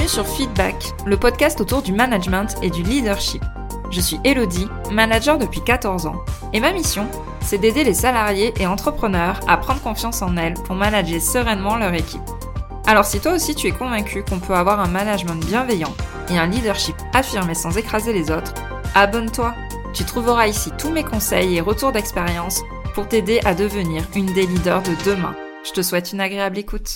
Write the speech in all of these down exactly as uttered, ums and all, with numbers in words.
sur Feedback, le podcast autour du management et du leadership. Je suis Elodie, manager depuis quatorze ans, et ma mission, c'est d'aider les salariés et entrepreneurs à prendre confiance en elles pour manager sereinement leur équipe. Alors si toi aussi tu es convaincu qu'on peut avoir un management bienveillant et un leadership affirmé sans écraser les autres, abonne-toi. Tu trouveras ici tous mes conseils et retours d'expérience pour t'aider à devenir une des leaders de demain. Je te souhaite une agréable écoute.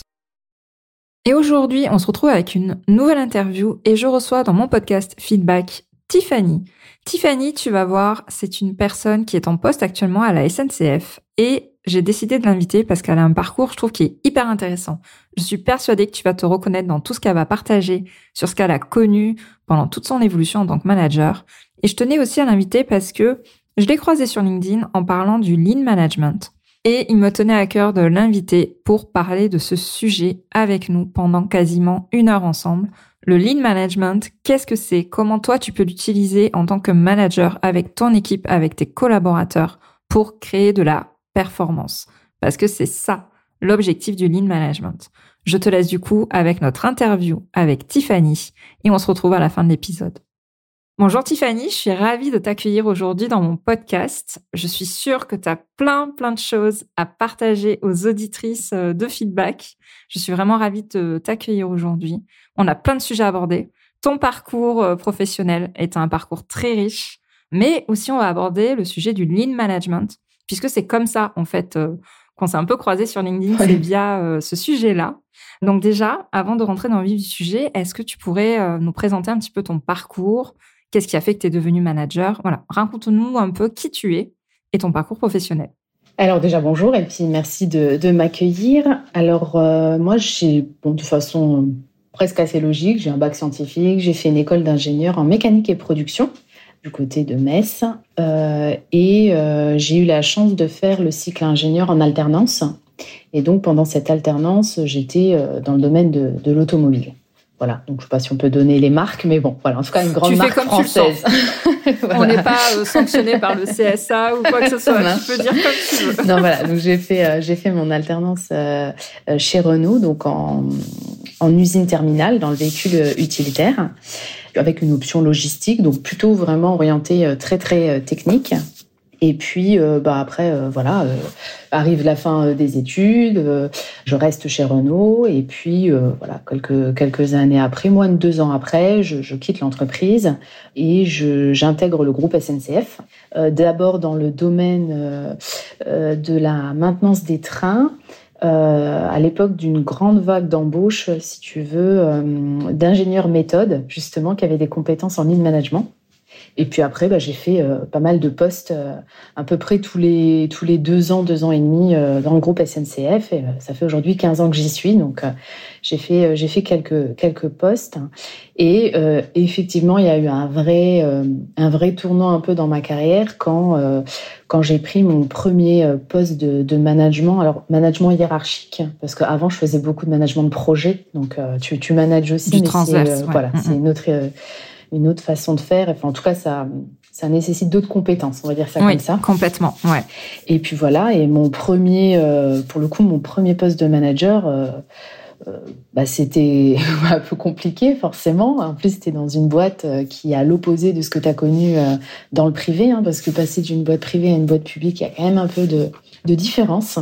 Et aujourd'hui, on se retrouve avec une nouvelle interview et je reçois dans mon podcast Feedback Tiffany. Tiffany, tu vas voir, c'est une personne qui est en poste actuellement à la S N C F et j'ai décidé de l'inviter parce qu'elle a un parcours, je trouve, qui est hyper intéressant. Je suis persuadée que tu vas te reconnaître dans tout ce qu'elle va partager sur ce qu'elle a connu pendant toute son évolution en tant que manager. Et je tenais aussi à l'inviter parce que je l'ai croisée sur LinkedIn en parlant du lean management. Et il me tenait à cœur de l'inviter pour parler de ce sujet avec nous pendant quasiment une heure ensemble. Le lean management, qu'est-ce que c'est? Comment toi, tu peux l'utiliser en tant que manager avec ton équipe, avec tes collaborateurs pour créer de la performance? Parce que c'est ça, l'objectif du lean management. Je te laisse du coup avec notre interview avec Tiffany et on se retrouve à la fin de l'épisode. Bonjour Tiffany, je suis ravie de t'accueillir aujourd'hui dans mon podcast. Je suis sûre que tu as plein, plein de choses à partager aux auditrices de Feedback. Je suis vraiment ravie de t'accueillir aujourd'hui. On a plein de sujets à aborder. Ton parcours professionnel est un parcours très riche, mais aussi on va aborder le sujet du lean management, puisque c'est comme ça, en fait, qu'on s'est un peu croisés sur LinkedIn, ouais. C'est via ce sujet-là. Donc déjà, avant de rentrer dans le vif du sujet, est-ce que tu pourrais nous présenter un petit peu ton parcours ? Qu'est-ce qui a fait que tu es devenu manager? Voilà, raconte-nous un peu qui tu es et ton parcours professionnel. Alors déjà, bonjour et puis merci de, de m'accueillir. Alors euh, moi, j'ai, bon, de façon presque assez logique, j'ai un bac scientifique, j'ai fait une école d'ingénieur en mécanique et production du côté de Metz euh, et euh, j'ai eu la chance de faire le cycle ingénieur en alternance. Et donc pendant cette alternance, j'étais euh, dans le domaine de, de l'automobile. Voilà, donc je ne sais pas si on peut donner les marques, mais bon, voilà, en tout cas une grande tu marque fais comme française. Tu le sens. Voilà. On n'est pas euh, sanctionné par le C S A ou quoi que ce soit, tu peux dire comme tu veux. Non, voilà, donc j'ai fait, euh, j'ai fait mon alternance euh, chez Renault, donc en, en usine terminale, dans le véhicule utilitaire, avec une option logistique, donc plutôt vraiment orientée très, très technique. Et puis, euh, bah après, euh, voilà, euh, arrive la fin des études, euh, je reste chez Renault, et puis, euh, voilà, quelques quelques années après, moins de deux ans après, je, je quitte l'entreprise et je, j'intègre le groupe S N C F. Euh, d'abord dans le domaine euh, euh, de la maintenance des trains. Euh, à l'époque d'une grande vague d'embauche, si tu veux, euh, d'ingénieurs méthodes, justement, qui avaient des compétences en lean management. Et puis après, bah, j'ai fait euh, pas mal de postes, euh, à peu près tous les tous les deux ans, deux ans et demi euh, dans le groupe S N C F. Et euh, ça fait aujourd'hui quinze ans que j'y suis, donc euh, j'ai fait euh, j'ai fait quelques quelques postes. Et euh, effectivement, il y a eu un vrai euh, un vrai tournant un peu dans ma carrière quand euh, quand j'ai pris mon premier poste de, de management. Alors management hiérarchique, parce qu'avant je faisais beaucoup de management de projet, donc euh, tu tu manages aussi, du mais transverse, c'est, euh, ouais. voilà, mm-hmm. c'est une autre euh, une autre façon de faire. Enfin, en tout cas, ça, ça nécessite d'autres compétences, on va dire ça oui, comme ça. Complètement, ouais. Et puis voilà, et mon premier, euh, pour le coup, mon premier poste de manager, euh, euh, bah, c'était un peu compliqué, forcément. En plus, c'était dans une boîte qui est à l'opposé de ce que tu as connu euh, dans le privé, hein, parce que passer d'une boîte privée à une boîte publique, il y a quand même un peu de, de différence.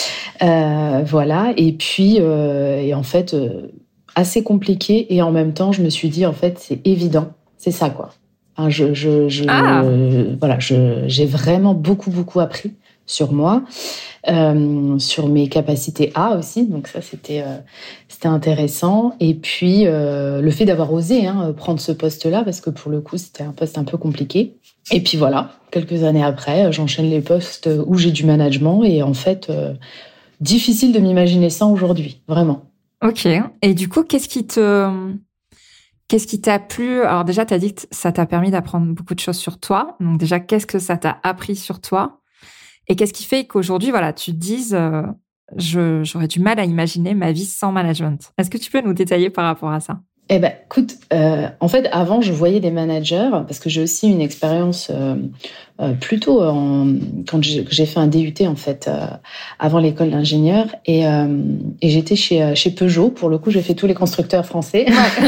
Euh, voilà, et puis, euh, et en fait, euh, assez compliqué, et en même temps, je me suis dit, en fait, c'est évident. C'est ça, quoi. Enfin, je, je, je, ah. euh, voilà, je, j'ai vraiment beaucoup, beaucoup appris sur moi, euh, sur mes capacités A aussi. Donc ça, c'était, euh, c'était intéressant. Et puis, euh, le fait d'avoir osé hein, prendre ce poste-là, parce que pour le coup, c'était un poste un peu compliqué. Et puis voilà, quelques années après, j'enchaîne les postes où j'ai du management. Et en fait, euh, difficile de m'imaginer ça aujourd'hui, vraiment. Ok. Et du coup, qu'est-ce qui te... Qu'est-ce qui t'a plu? Alors déjà, tu as dit que ça t'a permis d'apprendre beaucoup de choses sur toi. Donc déjà, qu'est-ce que ça t'a appris sur toi? Et qu'est-ce qui fait qu'aujourd'hui, voilà, tu te dises, euh, je, j'aurais du mal à imaginer ma vie sans management. Est-ce que tu peux nous détailler par rapport à ça? Eh ben, écoute, euh, en fait, avant, je voyais des managers, parce que j'ai aussi une expérience euh, euh, plutôt en, quand j'ai, j'ai fait un D U T en fait euh, avant l'école d'ingénieur et, euh, et j'étais chez chez Peugeot. Pour le coup, j'ai fait tous les constructeurs français. Ouais.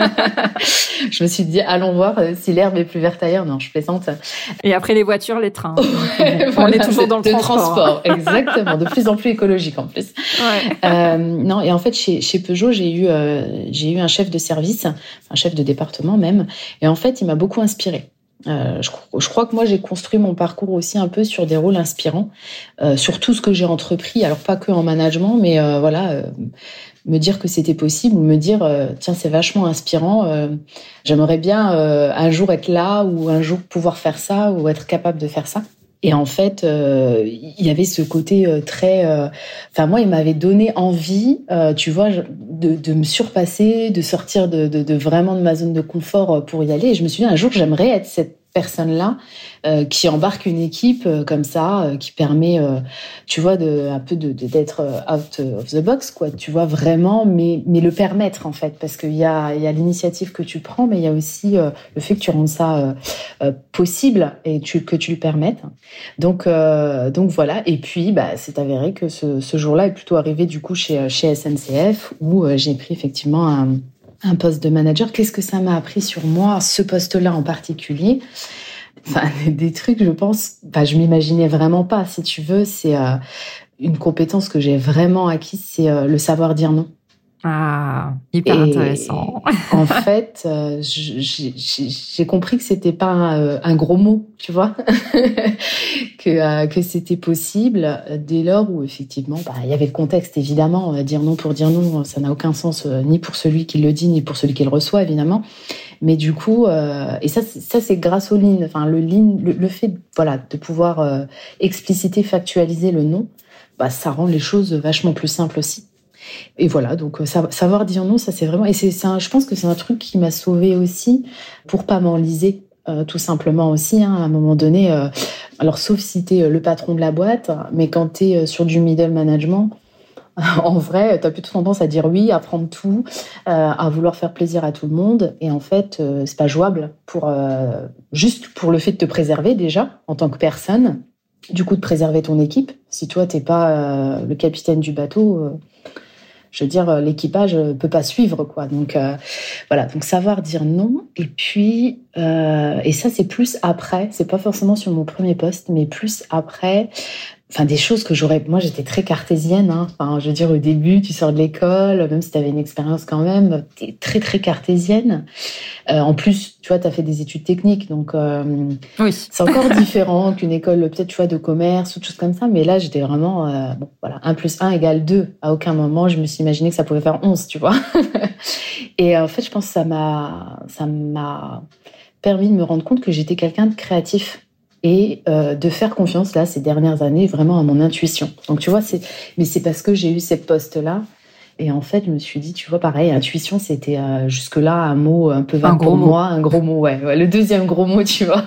Je me suis dit allons voir si l'herbe est plus verte ailleurs. Non, je plaisante. Et après les voitures, les trains. Ouais, on voilà, est toujours dans le transport. transport. Exactement, de plus en plus écologique en plus. Ouais. Euh, non, et en fait chez chez Peugeot, j'ai eu euh, j'ai eu un chef de service, un chef de département même, et en fait il m'a beaucoup inspirée. Euh, je, je crois que moi j'ai construit mon parcours aussi un peu sur des rôles inspirants, euh, sur tout ce que j'ai entrepris, alors pas que en management, mais euh, voilà, euh, me dire que c'était possible, ou me dire euh, tiens c'est vachement inspirant, euh, j'aimerais bien euh, un jour être là, ou un jour pouvoir faire ça, ou être capable de faire ça. Et en fait, euh, il y avait ce côté euh, très... Enfin, euh, moi, il m'avait donné envie, euh, tu vois, de, de me surpasser, de sortir de, de, de vraiment de ma zone de confort pour y aller. Et je me suis dit, un jour, j'aimerais être cette personne-là euh, qui embarque une équipe euh, comme ça, euh, qui permet, euh, tu vois, de, un peu de, de, d'être out of the box, quoi. Tu vois, vraiment, mais, mais le permettre, en fait. Parce qu'il y a, il y a l'initiative que tu prends, mais il y a aussi euh, le fait que tu rendes ça euh, euh, possible et tu, que tu le permettes. Donc, euh, donc voilà. Et puis, bah, c'est avéré que ce, ce jour-là est plutôt arrivé, du coup, chez, chez S N C F, où euh, j'ai pris effectivement un... un poste de manager. Qu'est-ce que ça m'a appris sur moi, ce poste-là en particulier? Enfin, des trucs, je pense, enfin, je m'imaginais vraiment pas, si tu veux. C'est euh, une compétence que j'ai vraiment acquise, c'est euh, le savoir dire non. Ah, hyper et intéressant. En fait, euh, j'ai, j'ai compris que c'était pas un, un gros mot, tu vois, que euh, que c'était possible dès lors où effectivement, bah, il y avait le contexte évidemment. Dire non pour dire non, ça n'a aucun sens euh, ni pour celui qui le dit ni pour celui qui le reçoit évidemment. Mais du coup, euh, et ça, ça c'est grâce au lean. Enfin, le lean, le, le fait, voilà, de pouvoir euh, expliciter, factualiser le non, bah, ça rend les choses vachement plus simples aussi. Et voilà, donc savoir dire non, ça c'est vraiment... Et c'est, c'est un, je pense que c'est un truc qui m'a sauvée aussi pour pas m'enliser, euh, tout simplement aussi, hein, à un moment donné. Euh, alors, sauf si t'es le patron de la boîte, mais quand t'es sur du middle management, en vrai, t'as plutôt tendance à dire oui, à prendre tout, euh, à vouloir faire plaisir à tout le monde. Et en fait, euh, c'est pas jouable pour, euh, juste pour le fait de te préserver déjà, en tant que personne. Du coup, de préserver ton équipe. Si toi, t'es pas euh, le capitaine du bateau... Euh, je veux dire, l'équipage peut pas suivre, quoi. Donc euh, voilà, donc savoir dire non. Et puis, euh, et ça c'est plus après. C'est pas forcément sur mon premier poste, mais plus après. Enfin, des choses que j'aurais... Moi, j'étais très cartésienne. Hein. Enfin, je veux dire, au début, tu sors de l'école, même si tu avais une expérience quand même, tu es très, très cartésienne. Euh, en plus, tu vois, tu as fait des études techniques, donc euh, oui. C'est encore différent qu'une école, peut-être, tu vois, de commerce ou de choses comme ça. Mais là, j'étais vraiment... Euh, bon, voilà, un plus un égale deux. À aucun moment, je me suis imaginé que ça pouvait faire onze, tu vois. Et en fait, je pense que ça m'a, ça m'a permis de me rendre compte que j'étais quelqu'un de créatif. Et euh, de faire confiance, là, ces dernières années, vraiment à mon intuition. Donc, tu vois, c'est... Mais c'est parce que j'ai eu ces postes-là. Et en fait, je me suis dit, tu vois, pareil, intuition, c'était euh, jusque-là un mot un peu vague pour moi. Un gros mot, ouais, ouais. Le deuxième gros mot, tu vois.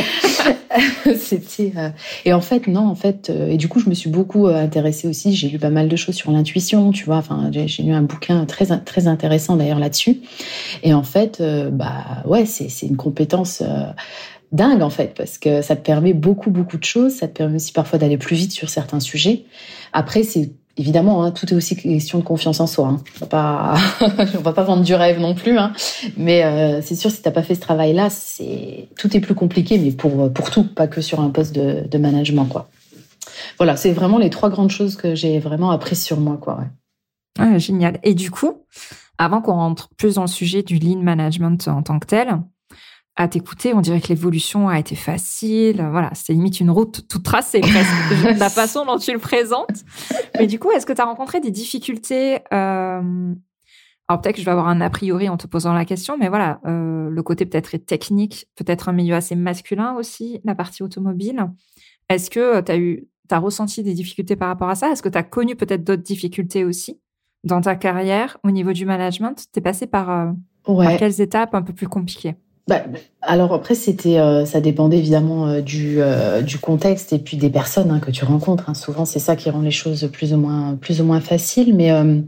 Ouais. C'était... Euh... Et en fait, non, en fait... Euh... Et du coup, je me suis beaucoup euh, intéressée aussi. J'ai lu pas mal de choses sur l'intuition, tu vois. Enfin, j'ai, j'ai lu un bouquin très, très intéressant, d'ailleurs, là-dessus. Et en fait, euh, bah, ouais, c'est, c'est une compétence... Euh... dingue en fait, parce que ça te permet beaucoup beaucoup de choses, ça te permet aussi parfois d'aller plus vite sur certains sujets. Après, c'est évidemment, hein, tout est aussi question de confiance en soi. Hein. On va pas, on va pas vendre du rêve non plus, hein. Mais euh, c'est sûr, si t'as pas fait ce travail-là, c'est tout est plus compliqué, mais pour pour tout, pas que sur un poste de, de management, quoi. Voilà, c'est vraiment les trois grandes choses que j'ai vraiment apprises sur moi, quoi. Ouais. Ah, génial. Et du coup, avant qu'on rentre plus dans le sujet du lean management en tant que tel. À t'écouter, on dirait que l'évolution a été facile. Voilà, c'était limite une route toute tracée, presque, la façon dont tu le présentes. Mais du coup, est-ce que tu as rencontré des difficultés euh... Alors peut-être que je vais avoir un a priori en te posant la question, mais voilà, euh, le côté peut-être technique, peut-être un milieu assez masculin aussi, la partie automobile. Est-ce que tu as eu, t'as ressenti des difficultés par rapport à ça? Est-ce que tu as connu peut-être d'autres difficultés aussi dans ta carrière au niveau du management? T'es passé par, euh, ouais. par quelles étapes un peu plus compliquées? Bah, alors après, c'était, euh, ça dépendait évidemment euh, du, euh, du contexte et puis des personnes hein, que tu rencontres. Hein. Souvent, c'est ça qui rend les choses plus ou moins, plus ou moins faciles. Mais euh,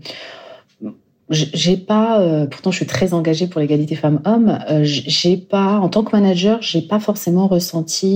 j'ai pas, euh, pourtant, je suis très engagée pour l'égalité femmes-hommes. Euh, j'ai pas, en tant que manager, j'ai pas forcément ressenti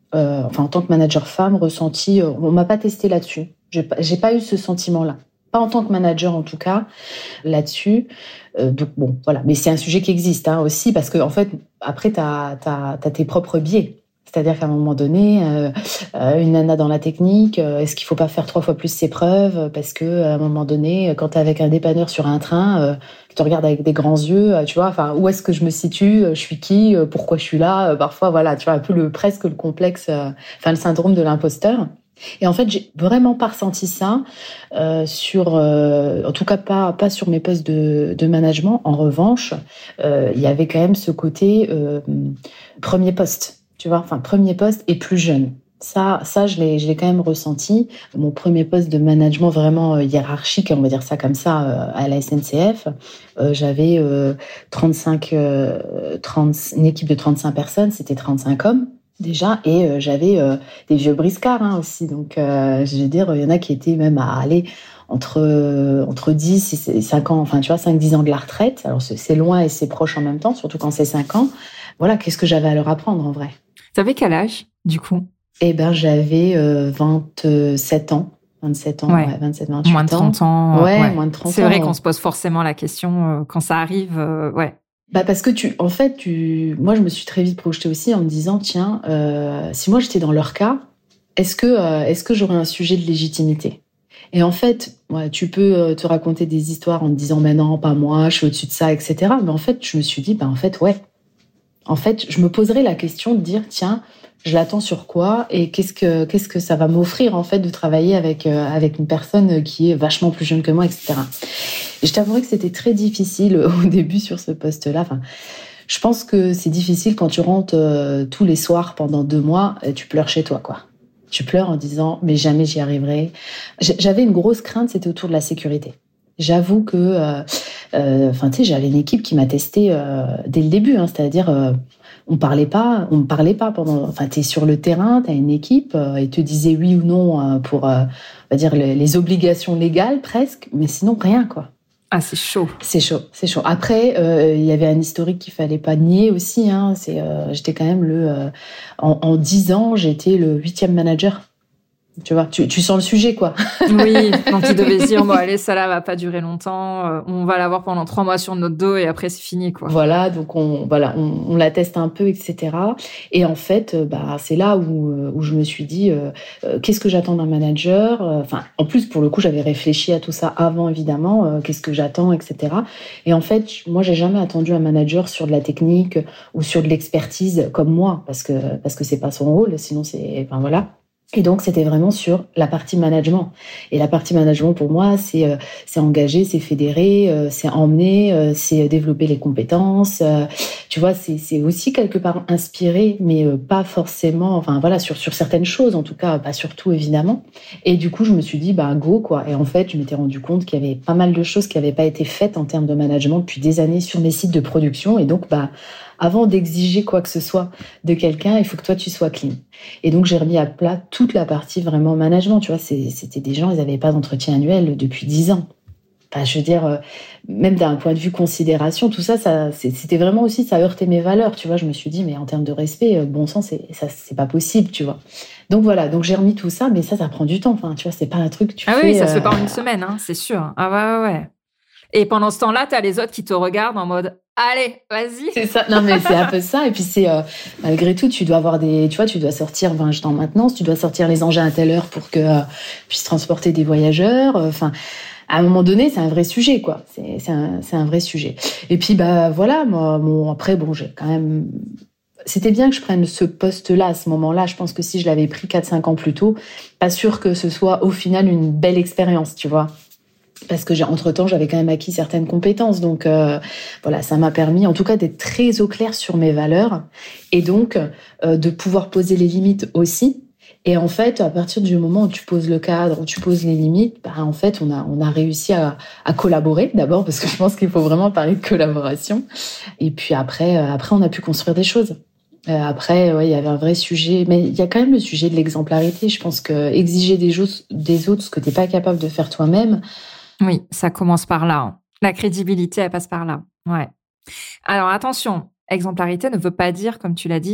euh, enfin en tant que manager femme, ressenti, euh, on m'a pas testé là-dessus. J'ai pas, j'ai pas eu ce sentiment-là. Pas en tant que manager en tout cas, là-dessus. Euh, donc bon, voilà. Mais c'est un sujet qui existe hein, aussi parce que en fait, après, t'as, t'as, t'as tes propres biais. C'est-à-dire qu'à un moment donné, euh, euh, une nana dans la technique, euh, est-ce qu'il faut pas faire trois fois plus ses preuves? Parce que à un moment donné, quand t'es avec un dépanneur sur un train, euh, tu te regardes avec des grands yeux, euh, tu vois. Enfin, où est-ce que je me situe? Je suis qui? Pourquoi je suis là? Euh, parfois, voilà, tu vois, un peu le presque le complexe, euh, enfin le syndrome de l'imposteur. Et en fait, j'ai vraiment pas ressenti ça euh, sur, euh, en tout cas pas pas sur mes postes de, de management. En revanche, euh, il y avait quand même ce côté euh, premier poste. Tu vois, enfin, premier poste et plus jeune. Ça, ça, je l'ai, je l'ai quand même ressenti. Mon premier poste de management vraiment euh, hiérarchique, on va dire ça comme ça, euh, à la S N C F, euh, j'avais euh, trente-cinq, euh, trente, une équipe de trente-cinq personnes, c'était trente-cinq hommes déjà, et euh, j'avais euh, des vieux briscards hein, aussi. Donc, euh, je veux dire, il y en a qui étaient même à aller entre euh, entre dix et cinq ans, enfin, tu vois, cinq dix ans de la retraite. Alors, c'est, c'est loin et c'est proche en même temps, surtout quand c'est cinq ans. Voilà, qu'est-ce que j'avais à leur apprendre en vrai? T'avais quel âge, du coup? Eh ben, j'avais euh, vingt-sept ans. vingt-sept ans, ouais, ouais vingt-sept, vingt-huit ans. Moins de trente ans. Ouais, ouais. moins de trente c'est ans. C'est vrai qu'on se pose forcément la question euh, quand ça arrive, euh, ouais. Bah parce que tu, en fait, tu, moi, je me suis très vite projetée aussi en me disant, tiens, euh, si moi j'étais dans leur cas, est-ce que, euh, est-ce que j'aurais un sujet de légitimité? Et en fait, ouais, tu peux te raconter des histoires en te disant, mais non, pas moi, je suis au-dessus de ça, et cetera. Mais en fait, je me suis dit, bah en fait, ouais. En fait, je me poserais la question de dire, tiens, je l'attends sur quoi et qu'est-ce que qu'est-ce que ça va m'offrir en fait de travailler avec euh, avec une personne qui est vachement plus jeune que moi, et cetera. Et je t'avouerai que c'était très difficile au début sur ce poste-là. Enfin, je pense que c'est difficile quand tu rentres euh, tous les soirs pendant deux mois et tu pleures chez toi, quoi. Tu pleures en disant, mais jamais j'y arriverai. J'avais une grosse crainte, c'était autour de la sécurité. J'avoue que, euh, euh, enfin, tu sais, j'avais une équipe qui m'a testé euh, dès le début, hein, c'est-à-dire, euh, on parlait pas, on me parlait pas pendant. Enfin, t'es sur le terrain, t'as une équipe, euh, et te disait oui ou non euh, pour, euh, on va dire les, les obligations légales presque, mais sinon rien, quoi. Ah, c'est chaud. C'est chaud, c'est chaud. Après, euh, il y avait un historique qu'il fallait pas nier aussi. Hein, c'est, euh, j'étais quand même le, euh, en, en dix ans, j'étais le huitième manager. Tu vois, tu, tu sens le sujet, quoi. Oui, donc ils devaient se dire, bon, allez, ça là va pas durer longtemps, euh, on va l'avoir pendant trois mois sur notre dos et après c'est fini, quoi. Voilà, donc on, voilà, on, on la teste un peu, et cetera. Et en fait, bah, c'est là où, où je me suis dit, euh, euh, qu'est-ce que j'attends d'un manager? Enfin, en plus, pour le coup, j'avais réfléchi à tout ça avant, évidemment, euh, qu'est-ce que j'attends, et cetera. Et en fait, moi, j'ai jamais attendu un manager sur de la technique ou sur de l'expertise comme moi, parce que, parce que c'est pas son rôle, sinon c'est, enfin voilà. Et donc, c'était vraiment sur la partie management. Et la partie management, pour moi, c'est euh, c'est engager, c'est fédérer, euh, c'est emmener, euh, c'est développer les compétences. Euh, tu vois, c'est c'est aussi quelque part inspiré, mais euh, pas forcément. Enfin, voilà, sur sur certaines choses, en tout cas, pas sur tout, évidemment. Et du coup, je me suis dit, bah go, quoi. Et en fait, je m'étais rendu compte qu'il y avait pas mal de choses qui n'avaient pas été faites en termes de management depuis des années sur mes sites de production. Et donc, bah avant d'exiger quoi que ce soit de quelqu'un, il faut que toi, tu sois clean. Et donc, j'ai remis à plat toute la partie vraiment management. Tu vois, c'est, c'était des gens, ils n'avaient pas d'entretien annuel depuis dix ans. Enfin, je veux dire, même d'un point de vue considération, tout ça, ça c'était vraiment aussi, ça heurtait mes valeurs. Tu vois, je me suis dit, mais en termes de respect, bon sang, c'est, ça, c'est pas possible, tu vois. Donc voilà, donc j'ai remis tout ça, mais ça, ça prend du temps. Enfin, tu vois, c'est pas un truc que tu ah fais... Ah oui, ça euh... se fait pas en une semaine, hein, c'est sûr. Ah ouais, ouais, ouais. Et pendant ce temps-là, t'as les autres qui te regardent en mode allez, vas-y. C'est ça. Non, mais c'est un peu ça. Et puis c'est euh, malgré tout, tu dois avoir des, tu vois, tu dois sortir vingt jetés en maintenance, tu dois sortir les engins à telle heure pour que euh, puisse transporter des voyageurs. Enfin, euh, à un moment donné, c'est un vrai sujet, quoi. C'est, c'est un, c'est un vrai sujet. Et puis bah voilà, moi, bon après, bon, j'ai quand même. C'était bien que je prenne ce poste-là à ce moment-là. Je pense que si je l'avais pris quatre cinq ans plus tôt, pas sûr que ce soit au final une belle expérience, tu vois. Parce que j'ai, entre-temps, j'avais quand même acquis certaines compétences. Donc, euh, voilà, ça m'a permis, en tout cas, d'être très au clair sur mes valeurs et donc euh, de pouvoir poser les limites aussi. Et en fait, à partir du moment où tu poses le cadre, où tu poses les limites, bah, en fait, on a, on a réussi à, à collaborer d'abord, parce que je pense qu'il faut vraiment parler de collaboration. Et puis après, euh, après, on a pu construire des choses. Euh, après, ouais, il y avait un vrai sujet, mais il y a quand même le sujet de l'exemplarité. Je pense que exiger des, choses, des autres ce que t'es pas capable de faire toi-même. Oui, ça commence par là. Hein. La crédibilité, elle passe par là. Ouais. Alors attention, exemplarité ne veut pas dire, comme tu l'as dit,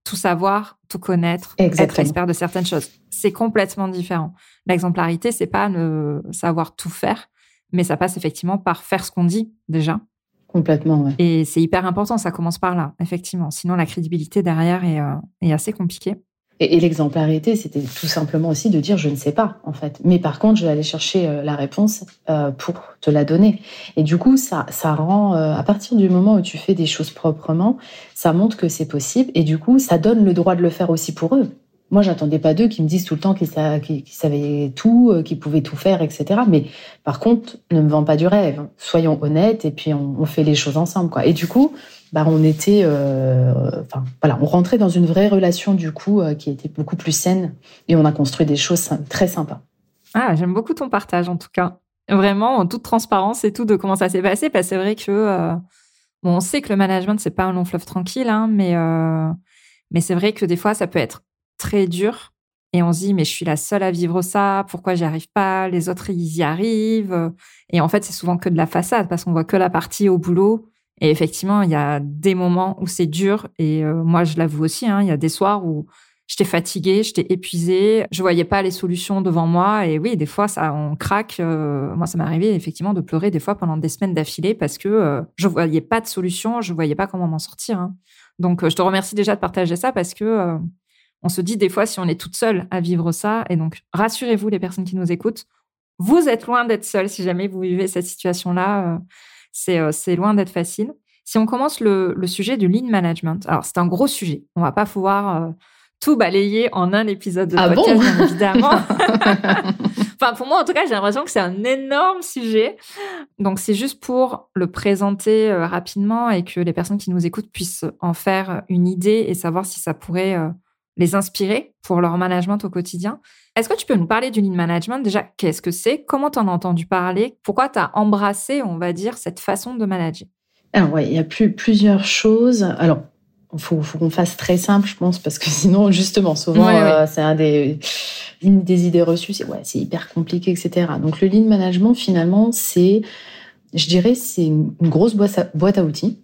tout savoir, tout connaître, Exactement. Être expert de certaines choses. C'est complètement différent. L'exemplarité, c'est pas ne savoir tout faire, mais ça passe effectivement par faire ce qu'on dit déjà. Complètement, ouais. Et c'est hyper important, ça commence par là, effectivement. Sinon, la crédibilité derrière est, euh, est assez compliquée. Et, et l'exemplarité, c'était tout simplement aussi de dire je ne sais pas, en fait. Mais par contre, je vais aller chercher euh, la réponse euh, pour te la donner. Et du coup, ça, ça rend, euh, à partir du moment où tu fais des choses proprement, ça montre que c'est possible. Et du coup, ça donne le droit de le faire aussi pour eux. Moi, j'attendais pas d'eux qui me disent tout le temps qu'ils, sa- qu'ils, qu'ils savaient tout, euh, qu'ils pouvaient tout faire, et cetera. Mais par contre, ne me vends pas du rêve. Soyons honnêtes et puis on, on fait les choses ensemble, quoi. Et du coup, bah, on était, euh, enfin, voilà, on rentrait dans une vraie relation du coup euh, qui était beaucoup plus saine et on a construit des choses très sympas. Ah, j'aime beaucoup ton partage en tout cas. Vraiment, en toute transparence et tout de comment ça s'est passé, parce que c'est vrai que euh, bon, on sait que le management c'est pas un long fleuve tranquille, hein, mais euh, mais c'est vrai que des fois ça peut être très dur et on se dit mais je suis la seule à vivre ça, pourquoi j'y arrive pas, les autres ils y arrivent et en fait c'est souvent que de la façade parce qu'on voit que la partie au boulot. Et effectivement, il y a des moments où c'est dur. Et euh, moi, je l'avoue aussi, hein, il y a des soirs où j'étais fatiguée, j'étais épuisée, je voyais pas les solutions devant moi. Et oui, des fois, ça, on craque. Euh, moi, ça m'est arrivé effectivement de pleurer des fois pendant des semaines d'affilée parce que euh, je voyais pas de solution, je voyais pas comment m'en sortir. Hein. Donc, euh, je te remercie déjà de partager ça parce que euh, on se dit des fois si on est toute seule à vivre ça. Et donc, rassurez-vous, les personnes qui nous écoutent, vous êtes loin d'être seule si jamais vous vivez cette situation-là. Euh, C'est, euh, c'est loin d'être facile. Si on commence le, le sujet du lean management, alors c'est un gros sujet. On va pas pouvoir euh, tout balayer en un épisode de ah podcast, bon bien évidemment. Enfin, pour moi, en tout cas, j'ai l'impression que c'est un énorme sujet. Donc, c'est juste pour le présenter euh, rapidement et que les personnes qui nous écoutent puissent en faire une idée et savoir si ça pourrait euh, les inspirer pour leur management au quotidien. Est-ce que tu peux nous parler du lean management? Déjà, qu'est-ce que c'est? Comment tu en as entendu parler? Pourquoi tu as embrassé, on va dire, cette façon de manager? Alors, ouais, il y a plus, plusieurs choses. Alors, il faut, faut qu'on fasse très simple, je pense, parce que sinon, justement, souvent, ouais, euh, ouais. c'est un des, une des idées reçues, c'est, ouais, c'est hyper compliqué, et cetera. Donc, le lean management, finalement, c'est, je dirais, c'est une, une grosse boîte à, boîte à outils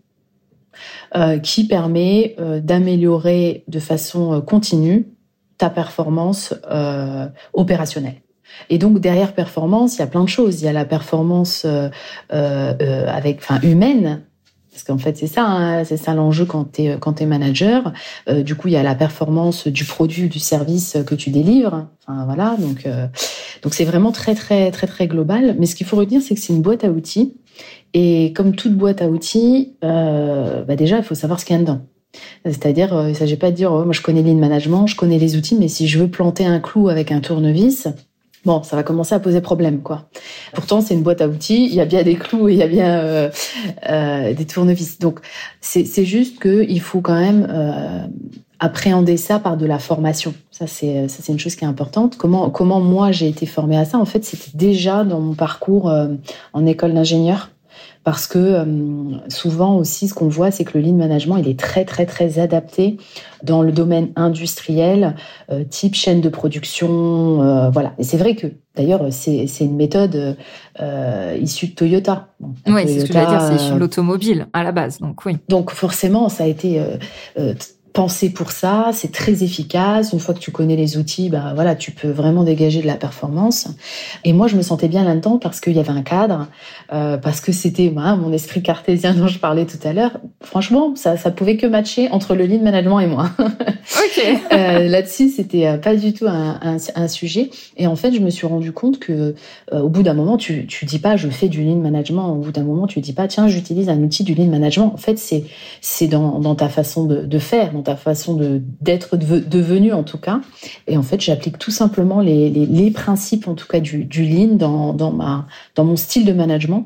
euh, qui permet euh, d'améliorer de façon continue ta performance euh, opérationnelle. Et donc, derrière performance, il y a plein de choses. Il y a la performance euh, euh, avec, enfin, humaine, parce qu'en fait, c'est ça, hein, c'est ça l'enjeu quand t'es, quand t'es manager. Euh, du coup, il y a la performance du produit, du service que tu délivres. Enfin, voilà. Donc, euh, donc c'est vraiment très, très, très, très global. Mais ce qu'il faut retenir, c'est que c'est une boîte à outils. Et comme toute boîte à outils, euh, bah déjà, il faut savoir ce qu'il y a dedans. C'est-à-dire, euh, il ne s'agit pas de dire, oh, moi, je connais lean management, je connais les outils, mais si je veux planter un clou avec un tournevis, bon, ça va commencer à poser problème, quoi. Pourtant, c'est une boîte à outils, il y a bien des clous et il y a bien euh, euh, des tournevis. Donc, c'est, c'est juste qu'il faut quand même euh, appréhender ça par de la formation. Ça, c'est, ça, c'est une chose qui est importante. Comment, comment moi, j'ai été formée à ça? En fait, c'était déjà dans mon parcours euh, en école d'ingénieur. Parce que euh, souvent aussi, ce qu'on voit, c'est que le lean management, il est très, très, très adapté dans le domaine industriel, euh, type chaîne de production, euh, voilà. Et c'est vrai que, d'ailleurs, c'est, c'est une méthode euh, issue de Toyota. Bon, Toyota, oui, c'est ce que j'allais dire, c'est issue de l'automobile à la base, donc oui. Donc forcément, ça a été euh, euh, pensé pour ça, c'est très efficace. Une fois que tu connais les outils, bah voilà, tu peux vraiment dégager de la performance. Et moi, je me sentais bien là-dedans parce qu'il y avait un cadre, euh, parce que c'était bah, mon esprit cartésien dont je parlais tout à l'heure. Franchement, ça, ça pouvait que matcher entre le lean management et moi. Ok. euh, là-dessus, c'était pas du tout un, un, un sujet. Et en fait, je me suis rendu compte que, euh, au bout d'un moment, tu, tu dis pas, je fais du lean management. Au bout d'un moment, tu dis pas, tiens, j'utilise un outil du lean management. En fait, c'est, c'est dans, dans ta façon de, de faire, dans ta façon de, d'être devenu, en tout cas. Et en fait, j'applique tout simplement les, les, les principes, en tout cas, du, du lean dans, dans ma, dans mon style de management.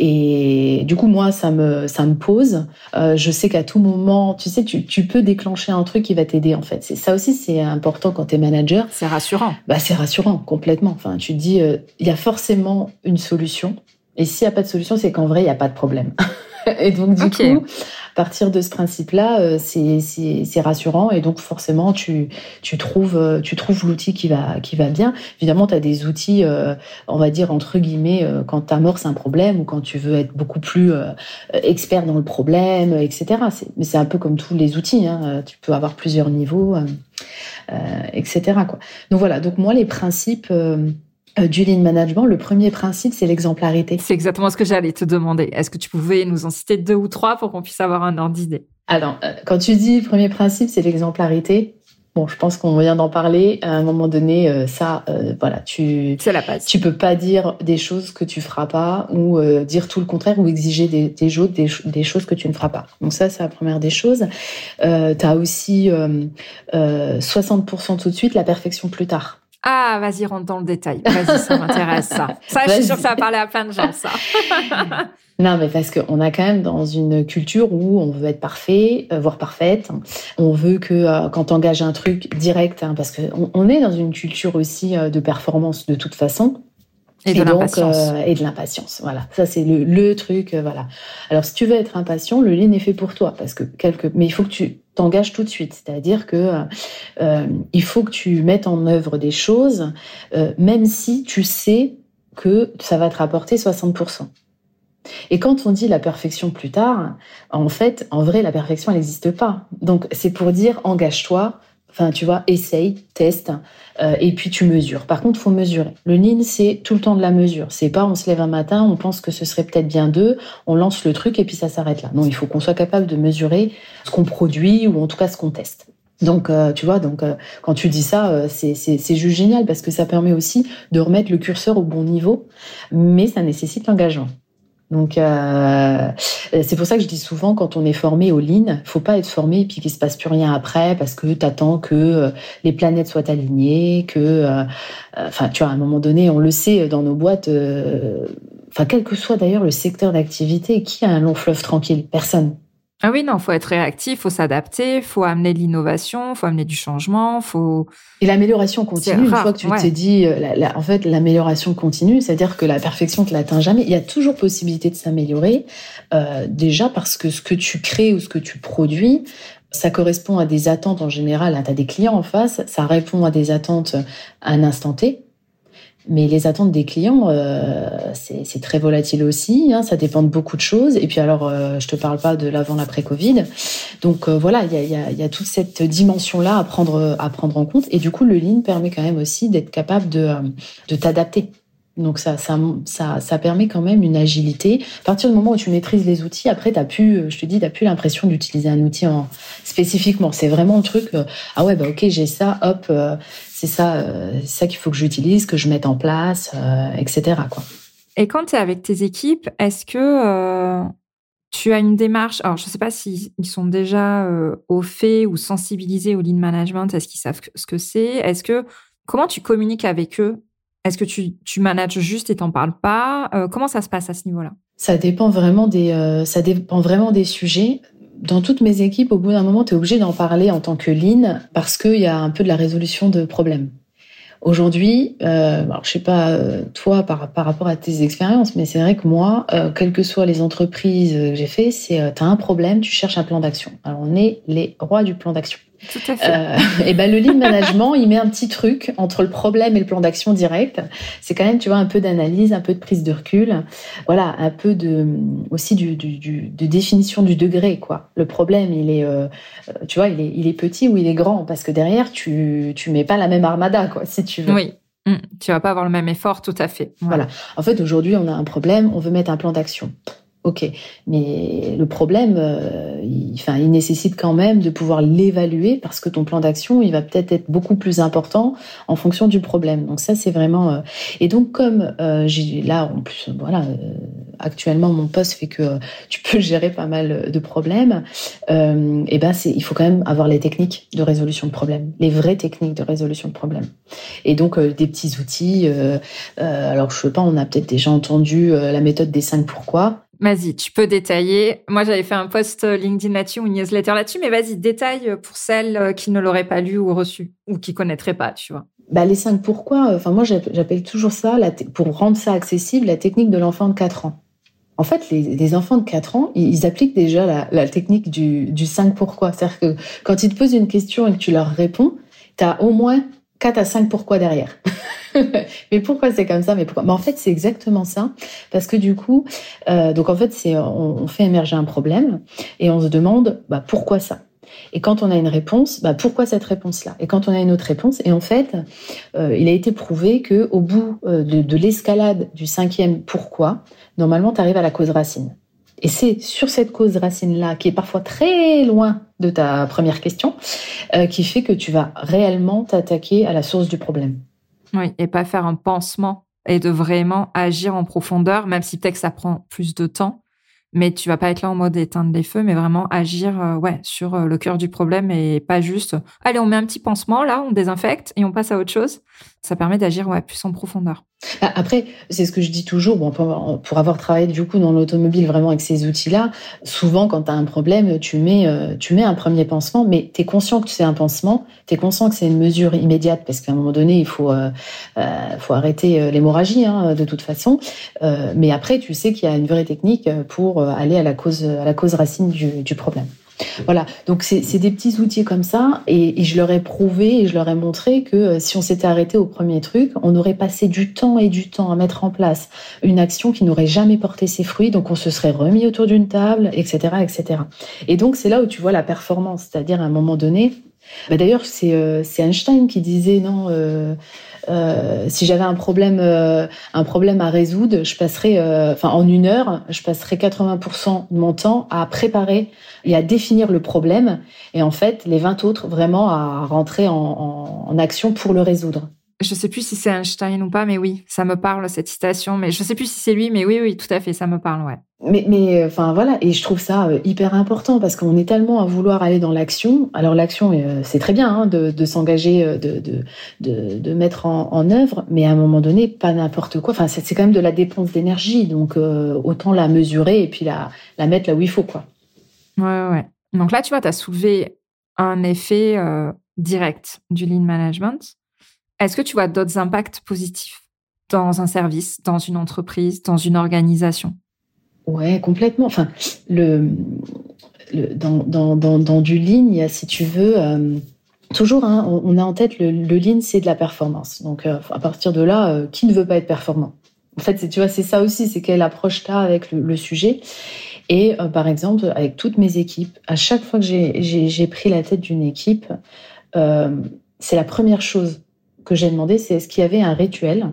Et du coup, moi, ça me, ça me pose. Euh, je sais qu'à tout moment, tu sais, tu, tu peux déclencher un truc qui va t'aider, en fait. C'est, ça aussi, c'est important quand t'es manager. C'est rassurant. Bah, c'est rassurant, complètement. Enfin, tu te dis, euh, il y a forcément une solution. Et s'il n'y a pas de solution, c'est qu'en vrai, il n'y a pas de problème. Et donc, du okay. coup, à partir de ce principe-là, euh, c'est, c'est, c'est rassurant. Et donc, forcément, tu, tu trouves, tu trouves l'outil qui va, qui va bien. Évidemment, tu as des outils, euh, on va dire, entre guillemets, euh, quand tu amorces un problème ou quand tu veux être beaucoup plus euh, expert dans le problème, et cetera. C'est, mais c'est un peu comme tous les outils. Hein. Tu peux avoir plusieurs niveaux, euh, euh, et cetera, quoi. Donc, voilà. Donc, moi, les principes... Euh, du lean management, le premier principe, c'est l'exemplarité. C'est exactement ce que j'allais te demander. Est-ce que tu pouvais nous en citer deux ou trois pour qu'on puisse avoir un ordre d'idée? Alors, quand tu dis premier principe, c'est l'exemplarité. Bon, je pense qu'on vient d'en parler. À un moment donné, ça, euh, voilà, tu, c'est la base. Tu peux pas dire des choses que tu feras pas ou euh, dire tout le contraire ou exiger des, des autres des, des choses que tu ne feras pas. Donc ça, c'est la première des choses. Euh, t'as aussi euh, euh, soixante pour cent tout de suite, la perfection plus tard. Ah, vas-y, rentre dans le détail. Vas-y, ça m'intéresse, ça. Ça, je suis sûre que ça va parler à plein de gens, ça. Non, mais parce qu'on a quand même dans une culture où on veut être parfait, euh, voire parfaite. On veut que euh, quand on engage un truc direct, hein, parce qu'on on est dans une culture aussi euh, de performance de toute façon. Et, et de donc, l'impatience. Euh, et de l'impatience, voilà. Ça, c'est le, le truc, euh, voilà. Alors, si tu veux être impatient, le lean est fait pour toi, parce que quelque... mais il faut que tu t'engages tout de suite. C'est-à-dire que euh, il faut que tu mettes en œuvre des choses, euh, même si tu sais que ça va te rapporter soixante pour cent. Et quand on dit la perfection plus tard, en fait, en vrai, la perfection, elle n'existe pas. Donc, c'est pour dire, engage-toi, enfin, tu vois, essaye, teste, euh, et puis tu mesures. Par contre, il faut mesurer. Le lean, c'est tout le temps de la mesure. C'est pas, on se lève un matin, on pense que ce serait peut-être bien deux, on lance le truc et puis ça s'arrête là. Non, il faut qu'on soit capable de mesurer ce qu'on produit ou en tout cas ce qu'on teste. Donc, euh, tu vois, donc euh, quand tu dis ça, euh, c'est, c'est, c'est juste génial parce que ça permet aussi de remettre le curseur au bon niveau, mais ça nécessite l'engagement. Donc, euh, c'est pour ça que je dis souvent, quand on est formé au lean, faut pas être formé et puis qu'il se passe plus rien après parce que t'attends que euh, les planètes soient alignées, que, enfin, euh, tu vois, à un moment donné, on le sait dans nos boîtes, enfin, euh, quel que soit d'ailleurs le secteur d'activité, qui a un long fleuve tranquille? Personne. Ah oui, non, faut être réactif, faut s'adapter, faut amener de l'innovation, faut amener du changement, faut... Et l'amélioration continue, une fois que tu ouais. t'es dit, la, la, en fait, l'amélioration continue, c'est-à-dire que la perfection ne l'atteint jamais. Il y a toujours possibilité de s'améliorer, euh, déjà parce que ce que tu crées ou ce que tu produis, ça correspond à des attentes en général. Hein, tu as des clients en face, ça répond à des attentes à un instant T. Mais les attentes des clients, euh, c'est, c'est très volatile aussi. Hein, ça dépend de beaucoup de choses. Et puis alors, euh, je te parle pas de l'avant, l'après-Covid. Donc euh, voilà, il y a, y a, y a toute cette dimension-là à prendre, à prendre en compte. Et du coup, le lean permet quand même aussi d'être capable de, de t'adapter. Donc ça, ça, ça, ça permet quand même une agilité. À partir du moment où tu maîtrises les outils, après, t'as plus, je te dis, t'as plus l'impression d'utiliser un outil en, spécifiquement. C'est vraiment le truc. Euh, ah ouais, bah ok, j'ai ça, hop, euh, c'est ça, euh, c'est ça qu'il faut que j'utilise, que je mette en place, euh, et cetera quoi. Et quand tu es avec tes équipes, est-ce que euh, tu as une démarche? Alors, je ne sais pas s'ils sont déjà euh, au fait ou sensibilisés au lean management. Est-ce qu'ils savent ce que c'est? Est-ce que comment tu communiques avec eux? Est-ce que tu, tu manages juste et t'en parles pas? euh, Comment ça se passe à ce niveau-là? Ça dépend vraiment des, euh, ça dépend vraiment des sujets. Dans toutes mes équipes, au bout d'un moment, tu es obligé d'en parler en tant que lean parce qu'il y a un peu de la résolution de problèmes. Aujourd'hui, euh, alors je sais pas euh, toi par, par rapport à tes expériences, mais c'est vrai que moi, euh, quelles que soient les entreprises que j'ai fait, c'est euh, t'as un problème, tu cherches un plan d'action. Alors on est les rois du plan d'action. Tout à fait. Euh, et ben le lean management, il met un petit truc entre le problème et le plan d'action direct. C'est quand même, tu vois, un peu d'analyse, un peu de prise de recul, voilà, un peu de aussi du, du, du de définition du degré, quoi. Le problème, il est, euh, tu vois, il est, il est petit ou il est grand, parce que derrière, tu, tu mets pas la même armada, quoi, si tu veux. Oui. Mmh. Tu vas pas avoir le même effort, tout à fait. Voilà. voilà. En fait, aujourd'hui, on a un problème, on veut mettre un plan d'action. Ok, mais le problème, euh, il, enfin, il nécessite quand même de pouvoir l'évaluer parce que ton plan d'action, il va peut-être être beaucoup plus important en fonction du problème. Donc ça, c'est vraiment. Euh... Et donc comme euh, j'ai là, en plus, voilà, euh, actuellement mon poste fait que euh, tu peux gérer pas mal de problèmes. Euh, et ben, c'est, il faut quand même avoir les techniques de résolution de problèmes, les vraies techniques de résolution de problèmes. Et donc euh, des petits outils. Euh, euh, alors je sais pas, on a peut-être déjà entendu euh, la méthode des cinq pourquoi. Vas-y, tu peux détailler. Moi, j'avais fait un post LinkedIn là-dessus ou une newsletter là-dessus, mais vas-y, détaille pour celles qui ne l'auraient pas lu ou reçu ou qui connaîtraient pas, tu vois. Bah, les cinq pourquoi, enfin, moi, j'appelle toujours ça, la te- pour rendre ça accessible, la technique de l'enfant de quatre ans. En fait, les, les enfants de quatre ans, ils appliquent déjà la, la technique du, du cinq pourquoi. C'est-à-dire que quand ils te posent une question et que tu leur réponds, tu as au moins quatre à cinq pourquoi derrière. Mais pourquoi c'est comme ça? Mais pourquoi? Mais en fait, c'est exactement ça. Parce que du coup, euh, donc en fait, c'est, on, on fait émerger un problème et on se demande, bah, pourquoi ça? Et quand on a une réponse, bah, pourquoi cette réponse-là? Et quand on a une autre réponse, et en fait, euh, il a été prouvé que au bout euh, de, de l'escalade du cinquième pourquoi, normalement, tu arrives à la cause racine. Et c'est sur cette cause racine-là, qui est parfois très loin de ta première question, euh, qui fait que tu vas réellement t'attaquer à la source du problème. Oui, et pas faire un pansement et de vraiment agir en profondeur, même si peut-être que ça prend plus de temps. Mais tu vas pas être là en mode éteindre les feux, mais vraiment agir euh, ouais, sur euh, le cœur du problème et pas juste « Allez, on met un petit pansement, là, on désinfecte et on passe à autre chose ». Ça permet d'agir ouais, plus en profondeur. Après, c'est ce que je dis toujours, bon, pour, pour avoir travaillé du coup dans l'automobile vraiment avec ces outils-là, souvent quand tu as un problème, tu mets, euh, tu mets un premier pansement, mais tu es conscient que c'est un pansement, tu es conscient que c'est une mesure immédiate, parce qu'à un moment donné, il faut, euh, euh, faut arrêter l'hémorragie hein, de toute façon. Euh, mais après, tu sais qu'il y a une vraie technique pour aller à la cause, à la cause racine du, du problème. Voilà, donc c'est, c'est des petits outils comme ça, et, et je leur ai prouvé et je leur ai montré que euh, si on s'était arrêté au premier truc, on aurait passé du temps et du temps à mettre en place une action qui n'aurait jamais porté ses fruits, donc on se serait remis autour d'une table, et cetera, et cetera. Et donc c'est là où tu vois la performance, c'est-à-dire à un moment donné, bah d'ailleurs c'est, euh, c'est Einstein qui disait non. Euh, Euh, si j'avais un problème, euh, un problème à résoudre, je passerais, euh, enfin en une heure, je passerais quatre-vingts pour cent de mon temps à préparer et à définir le problème, et en fait les vingt autres vraiment à rentrer en, en, en action pour le résoudre. Je sais plus si c'est Einstein ou pas, mais oui, ça me parle cette citation. Mais je sais plus si c'est lui, mais oui, oui, tout à fait, ça me parle, ouais. Mais, mais enfin voilà, et je trouve ça hyper important parce qu'on est tellement à vouloir aller dans l'action. Alors l'action, c'est très bien hein, de, de s'engager, de, de, de, de mettre en, en œuvre, mais à un moment donné, pas n'importe quoi. Enfin, c'est, c'est quand même de la dépense d'énergie, donc euh, autant la mesurer et puis la, la mettre là où il faut, quoi. Ouais, ouais. Donc là, tu vois, tu as soulevé un effet euh, direct du lean management. Est-ce que tu vois d'autres impacts positifs dans un service, dans une entreprise, dans une organisation? Ouais, complètement. Enfin, le, le dans, dans, dans, dans du lean, il y a, si tu veux, euh, toujours, hein, on, on a en tête le, le lean, c'est de la performance. Donc, euh, à partir de là, euh, qui ne veut pas être performant? En fait, c'est, tu vois, c'est ça aussi, c'est quelle approche tu as avec le, le sujet. Et euh, par exemple, avec toutes mes équipes, à chaque fois que j'ai, j'ai, j'ai pris la tête d'une équipe, euh, c'est la première chose que j'ai demandé, c'est est-ce qu'il y avait un rituel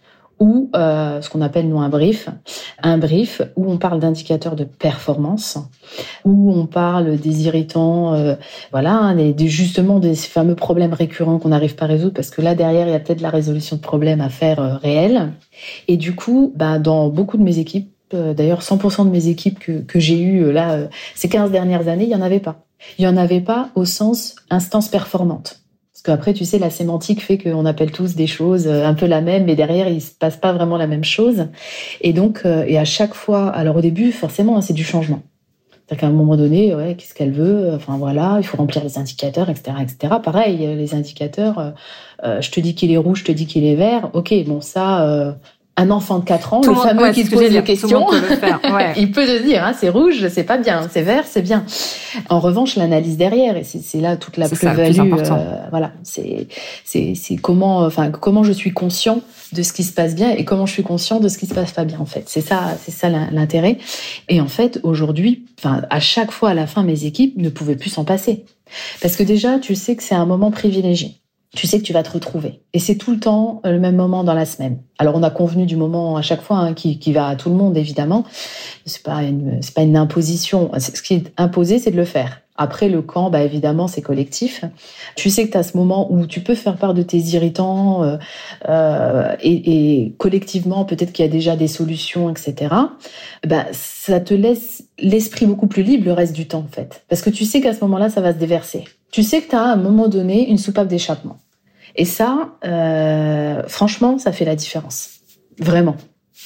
ou euh, ce qu'on appelle nous un brief, un brief où on parle d'indicateurs de performance, où on parle des irritants, euh, voilà, des, des, justement des fameux problèmes récurrents qu'on n'arrive pas à résoudre, parce que là derrière il y a peut-être la résolution de problèmes à faire euh, réelle. Et du coup, bah, dans beaucoup de mes équipes, euh, d'ailleurs cent pour cent de mes équipes que, que j'ai eues là euh, ces quinze dernières années, il y en avait pas. Il y en avait pas au sens instance performante. Parce qu'après, tu sais, la sémantique fait qu'on appelle tous des choses un peu la même, mais derrière, il se passe pas vraiment la même chose. Et donc, euh, et à chaque fois, alors au début, forcément, c'est du changement. C'est-à-dire qu'à un moment donné, ouais, qu'est-ce qu'elle veut? Enfin voilà, il faut remplir les indicateurs, et cetera, et cetera. Pareil, les indicateurs, euh, je te dis qu'il est rouge, je te dis qu'il est vert. Ok, bon ça. Euh, Un enfant de quatre ans, tout le fameux ouais, qui te pose des questions, peut le faire. Ouais. Il peut te dire, hein, c'est rouge, c'est pas bien, c'est vert, c'est bien. En revanche, l'analyse derrière, et c'est, c'est là toute la c'est plus-value. Ça, le plus euh, voilà, c'est, c'est, c'est comment, enfin, comment je suis conscient de ce qui se passe bien et comment je suis conscient de ce qui se passe pas bien. En fait, c'est ça, c'est ça l'intérêt. Et en fait, aujourd'hui, enfin, à chaque fois à la fin, mes équipes ne pouvaient plus s'en passer, parce que déjà, tu sais que c'est un moment privilégié. Tu sais que tu vas te retrouver. Et c'est tout le temps le même moment dans la semaine. Alors, on a convenu du moment à chaque fois hein, qui, qui va à tout le monde, évidemment. C'est pas une, c'est pas une imposition. Ce qui est imposé, c'est de le faire. Après, le quand, bah, évidemment, c'est collectif. Tu sais que tu as ce moment où tu peux faire part de tes irritants euh, euh, et, et collectivement, peut-être qu'il y a déjà des solutions, et cetera. Bah, ça te laisse l'esprit beaucoup plus libre le reste du temps, en fait. Parce que tu sais qu'à ce moment-là, ça va se déverser. Tu sais que tu as à un moment donné une soupape d'échappement. Et ça, euh, franchement, ça fait la différence. Vraiment.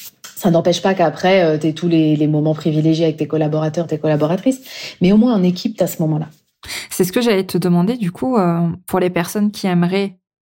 Ça n'empêche pas qu'après, euh, tu aies tous les, les moments privilégiés avec tes collaborateurs, tes collaboratrices. Mais au moins, en équipe, tu as ce moment-là. C'est ce que j'allais te demander, du coup, euh, pour les personnes qui aimeraient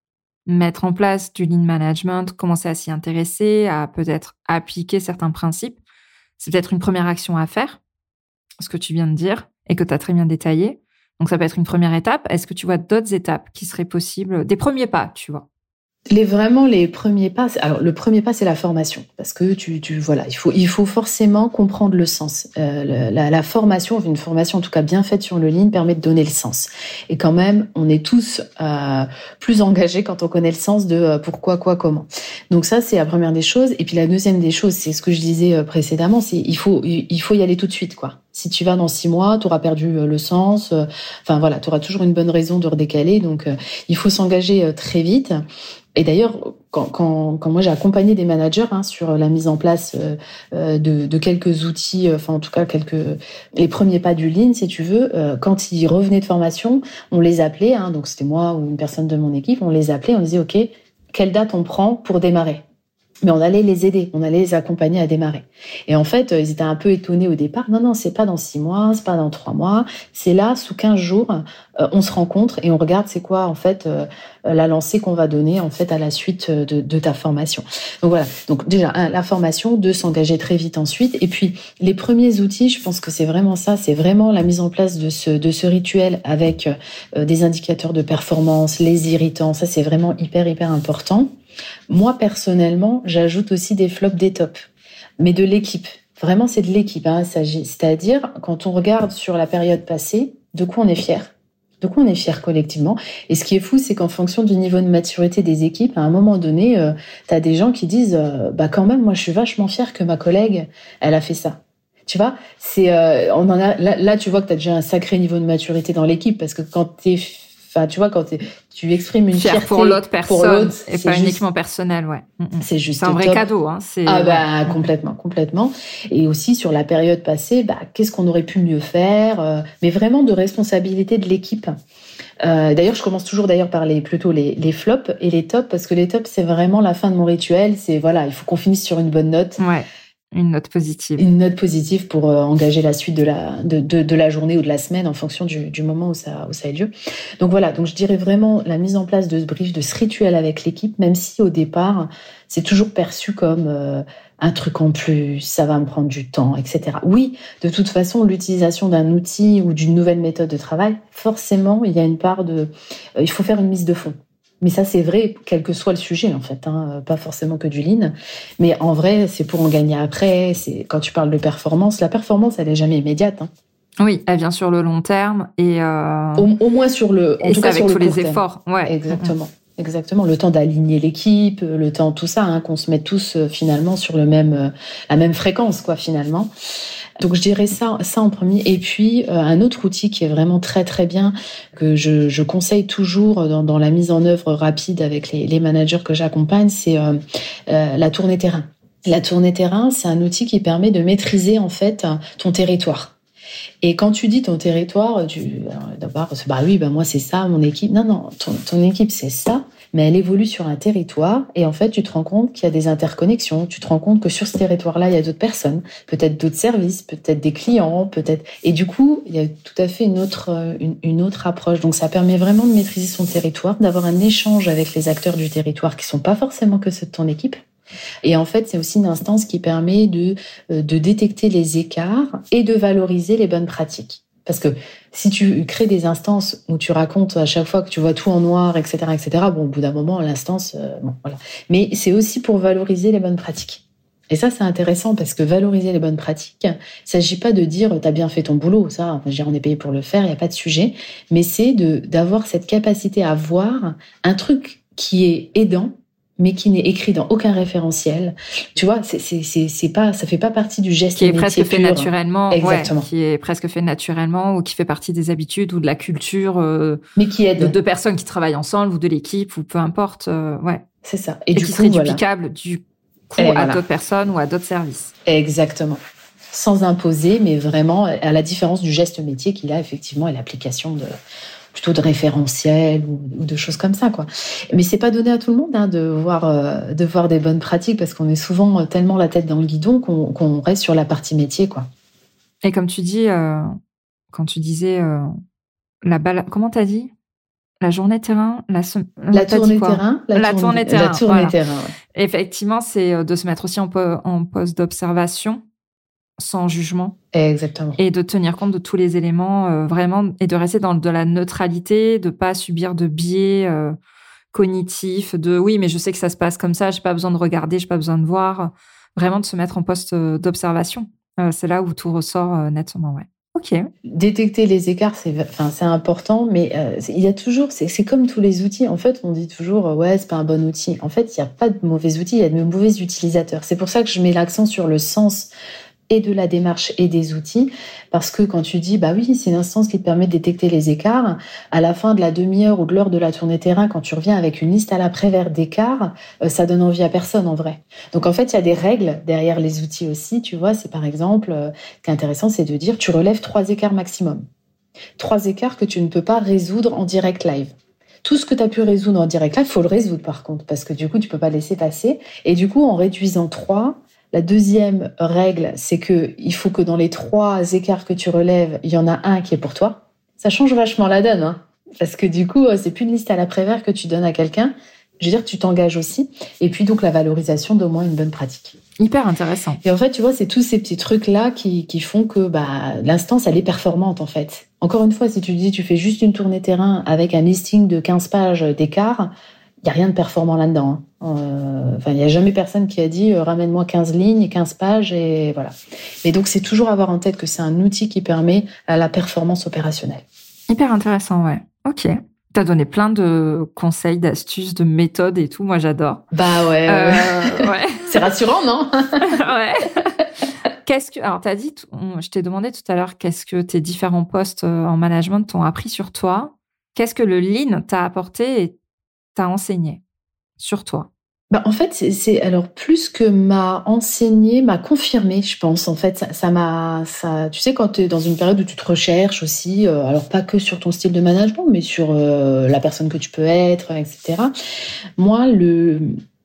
mettre en place du lean management, commencer à s'y intéresser, à peut-être appliquer certains principes. C'est peut-être une première action à faire, ce que tu viens de dire et que tu as très bien détaillé. Donc, ça peut être une première étape. Est-ce que tu vois d'autres étapes qui seraient possibles, des premiers pas, tu vois? Les vraiment les premiers pas. Alors le premier pas c'est la formation parce que tu tu voilà il faut il faut forcément comprendre le sens. Euh, la, la formation, une formation en tout cas bien faite sur le lean permet de donner le sens. Et quand même on est tous euh, plus engagés quand on connaît le sens de euh, pourquoi quoi comment. Donc ça c'est la première des choses. Et puis la deuxième des choses c'est ce que je disais euh, précédemment, c'est il faut il faut y aller tout de suite quoi. Si tu vas dans six mois, tu auras perdu le sens. Euh, enfin voilà, tu auras toujours une bonne raison de redécaler. Donc euh, il faut s'engager euh, très vite. Et d'ailleurs, quand, quand, quand moi j'ai accompagné des managers hein, sur la mise en place euh, de, de quelques outils, enfin en tout cas quelques les premiers pas du lean, si tu veux, euh, quand ils revenaient de formation, on les appelait, hein, donc c'était moi ou une personne de mon équipe, on les appelait, on disait ok, quelle date on prend pour démarrer? Mais on allait les aider, on allait les accompagner à démarrer. Et en fait, ils étaient un peu étonnés au départ. Non, non, c'est pas dans six mois, c'est pas dans trois mois. C'est là, sous quinze jours, euh, on se rencontre et on regarde c'est quoi, en fait, euh, la lancée qu'on va donner, en fait, à la suite de, de ta formation. Donc voilà. Donc déjà, un, la formation, deux, s'engager très vite ensuite. Et puis, les premiers outils, je pense que c'est vraiment ça, c'est vraiment la mise en place de ce, de ce rituel avec euh, des indicateurs de performance, les irritants. Ça, c'est vraiment hyper, hyper important. Moi, personnellement, j'ajoute aussi des flops, des tops, mais de l'équipe. Vraiment, c'est de l'équipe. Hein, c'est-à-dire, quand on regarde sur la période passée, de quoi on est fier. De quoi on est fier collectivement. Et ce qui est fou, c'est qu'en fonction du niveau de maturité des équipes, à un moment donné, euh, tu as des gens qui disent euh, « bah quand même, moi, je suis vachement fière que ma collègue, elle a fait ça ». Tu vois, c'est euh, on en a là, là tu vois que tu as déjà un sacré niveau de maturité dans l'équipe parce que quand tu es Enfin, tu vois, quand tu exprimes une Fier fierté pour l'autre personne, pour l'autre, et pas juste, uniquement personnel, ouais. C'est juste c'est un vrai top. cadeau, hein. C'est ah bah ouais. complètement, complètement. Et aussi sur la période passée, bah qu'est-ce qu'on aurait pu mieux faire, euh, mais vraiment de responsabilité de l'équipe. Euh, d'ailleurs, je commence toujours d'ailleurs par les plutôt les, les flops et les tops parce que les tops c'est vraiment la fin de mon rituel. C'est voilà, il faut qu'on finisse sur une bonne note. Ouais. Une note positive. Une note positive pour euh, engager la suite de la de, de de la journée ou de la semaine en fonction du du moment où ça où ça a lieu. Donc voilà, donc je dirais vraiment la mise en place de ce brief, de ce rituel avec l'équipe, même si au départ c'est toujours perçu comme euh, un truc en plus, ça va me prendre du temps, et cetera. Oui, de toute façon, l'utilisation d'un outil ou d'une nouvelle méthode de travail, forcément, il y a une part de, euh, il faut faire une mise de fond. Mais ça, c'est vrai, quel que soit le sujet, en fait, hein, pas forcément que du lean. Mais en vrai, c'est pour en gagner après. C'est quand tu parles de performance, la performance, elle est jamais immédiate. Hein. Oui, elle vient sur le long terme et euh... au, au moins sur le, en et tout cas avec sur tous le les court terme. efforts. Ouais. Exactement. Mm-hmm. Exactement. Le temps d'aligner l'équipe, le temps, tout ça, hein, qu'on se mette tous euh, finalement sur le même, euh, la même fréquence, quoi, finalement. Donc je dirais ça, ça en premier. Et puis euh, un autre outil qui est vraiment très très bien que je, je conseille toujours dans, dans la mise en œuvre rapide avec les, les managers que j'accompagne, c'est euh, euh, la tournée terrain. La tournée terrain, c'est un outil qui permet de maîtriser en fait ton territoire. Et quand tu dis ton territoire, tu d'abord bah oui bah moi c'est ça mon équipe. Non non, ton, ton équipe c'est ça. Mais elle évolue sur un territoire et en fait, tu te rends compte qu'il y a des interconnexions. Tu te rends compte que sur ce territoire-là, il y a d'autres personnes, peut-être d'autres services, peut-être des clients, peut-être. Et du coup, il y a tout à fait une autre, une, une autre approche. Donc, ça permet vraiment de maîtriser son territoire, d'avoir un échange avec les acteurs du territoire qui sont pas forcément que ceux de ton équipe. Et en fait, c'est aussi une instance qui permet de, de détecter les écarts et de valoriser les bonnes pratiques. Parce que si tu crées des instances où tu racontes à chaque fois que tu vois tout en noir, et cetera, et cetera, bon, au bout d'un moment, l'instance, euh, bon, voilà. Mais c'est aussi pour valoriser les bonnes pratiques. Et ça, c'est intéressant parce que valoriser les bonnes pratiques, il s'agit pas de dire t'as bien fait ton boulot, ça, enfin, je veux dire, on est payé pour le faire, il y a pas de sujet, mais c'est de d'avoir cette capacité à voir un truc qui est aidant, mais qui n'est écrit dans aucun référentiel. Tu vois, c'est, c'est, c'est, c'est pas, ça fait pas partie du geste qui est métier presque fait pur. naturellement. Exactement. Ouais, qui est presque fait naturellement ou qui fait partie des habitudes ou de la culture. Euh, mais qui aide. De deux personnes qui travaillent ensemble ou de l'équipe ou peu importe. Euh, ouais. C'est ça. Et, Et du qui coup, serait voilà. duplicable du coup Et à voilà. d'autres personnes ou à d'autres services. Exactement. Sans imposer, mais vraiment à la différence du geste métier qu'il a effectivement et l'application de plutôt de référentiel ou, ou de choses comme ça, quoi. Mais c'est pas donné à tout le monde hein, de voir euh, de voir des bonnes pratiques parce qu'on est souvent tellement la tête dans le guidon qu'on, qu'on reste sur la partie métier, quoi. Et comme tu dis, euh, quand tu disais euh, la balle, comment t'as dit La journée terrain, la, se... la tournée terrain, la, la tournée terrain, la tournée voilà. terrain. Ouais. Effectivement, c'est de se mettre aussi en, po- en poste d'observation, sans jugement. Exactement. Et de tenir compte de tous les éléments, euh, vraiment, et de rester dans de la neutralité, de pas subir de biais euh, cognitifs, de oui, mais je sais que ça se passe comme ça, j'ai pas besoin de regarder, j'ai pas besoin de voir. Vraiment de se mettre en poste d'observation. Euh, c'est là où tout ressort euh, nettement, ouais. Ok. Détecter les écarts, c'est, enfin, c'est important, mais euh, il y a toujours, c'est, c'est comme tous les outils. En fait, on dit toujours, euh, ouais, c'est pas un bon outil. En fait, il n'y a pas de mauvais outils, il y a de mauvais utilisateurs. C'est pour ça que je mets l'accent sur le sens et de la démarche et des outils, parce que quand tu dis, bah oui, c'est une instance qui te permet de détecter les écarts, à la fin de la demi-heure ou de l'heure de la tournée terrain, quand tu reviens avec une liste à l'après-vert d'écarts, euh, ça donne envie à personne en vrai. Donc en fait, il y a des règles derrière les outils aussi, tu vois, c'est par exemple, euh, ce qui est intéressant, c'est de dire, tu relèves trois écarts maximum. Trois écarts que tu ne peux pas résoudre en direct live. Tout ce que tu as pu résoudre en direct live, il faut le résoudre par contre, parce que du coup, tu peux pas laisser passer. Et du coup, en réduisant trois, la deuxième règle, c'est que il faut que dans les trois écarts que tu relèves, il y en a un qui est pour toi. Ça change vachement la donne, hein, parce que du coup, c'est plus une liste à l'après-vert que tu donnes à quelqu'un. Je veux dire, tu t'engages aussi. Et puis donc la valorisation d'au moins une bonne pratique. Hyper intéressant. Et en fait, tu vois, c'est tous ces petits trucs-là qui, qui font que bah, l'instance, elle est performante en fait. Encore une fois, si tu dis tu fais juste une tournée terrain avec un listing de quinze pages d'écart, il n'y a rien de performant là-dedans. Hein. Euh, enfin, il n'y a jamais personne qui a dit euh, ramène-moi quinze lignes, quinze pages et voilà. Mais donc, c'est toujours avoir en tête que c'est un outil qui permet à la performance opérationnelle. Hyper intéressant, ouais. Ok. T'as donné plein de conseils, d'astuces, de méthodes et tout. Moi, j'adore. Bah ouais. Euh, ouais. ouais. C'est rassurant, non? Ouais. Qu'est-ce que, alors, t'as dit, je t'ai demandé tout à l'heure, qu'est-ce que tes différents postes en management t'ont appris sur toi? Qu'est-ce que le Lean t'a apporté et t'a enseigné sur toi? Bah, en fait, c'est, c'est alors plus que m'a enseigné, m'a confirmé, je pense. En fait, ça, ça m'a, ça, tu sais, quand tu es dans une période où tu te recherches aussi, euh, alors pas que sur ton style de management, mais sur euh, la personne que tu peux être, et cetera. Moi, le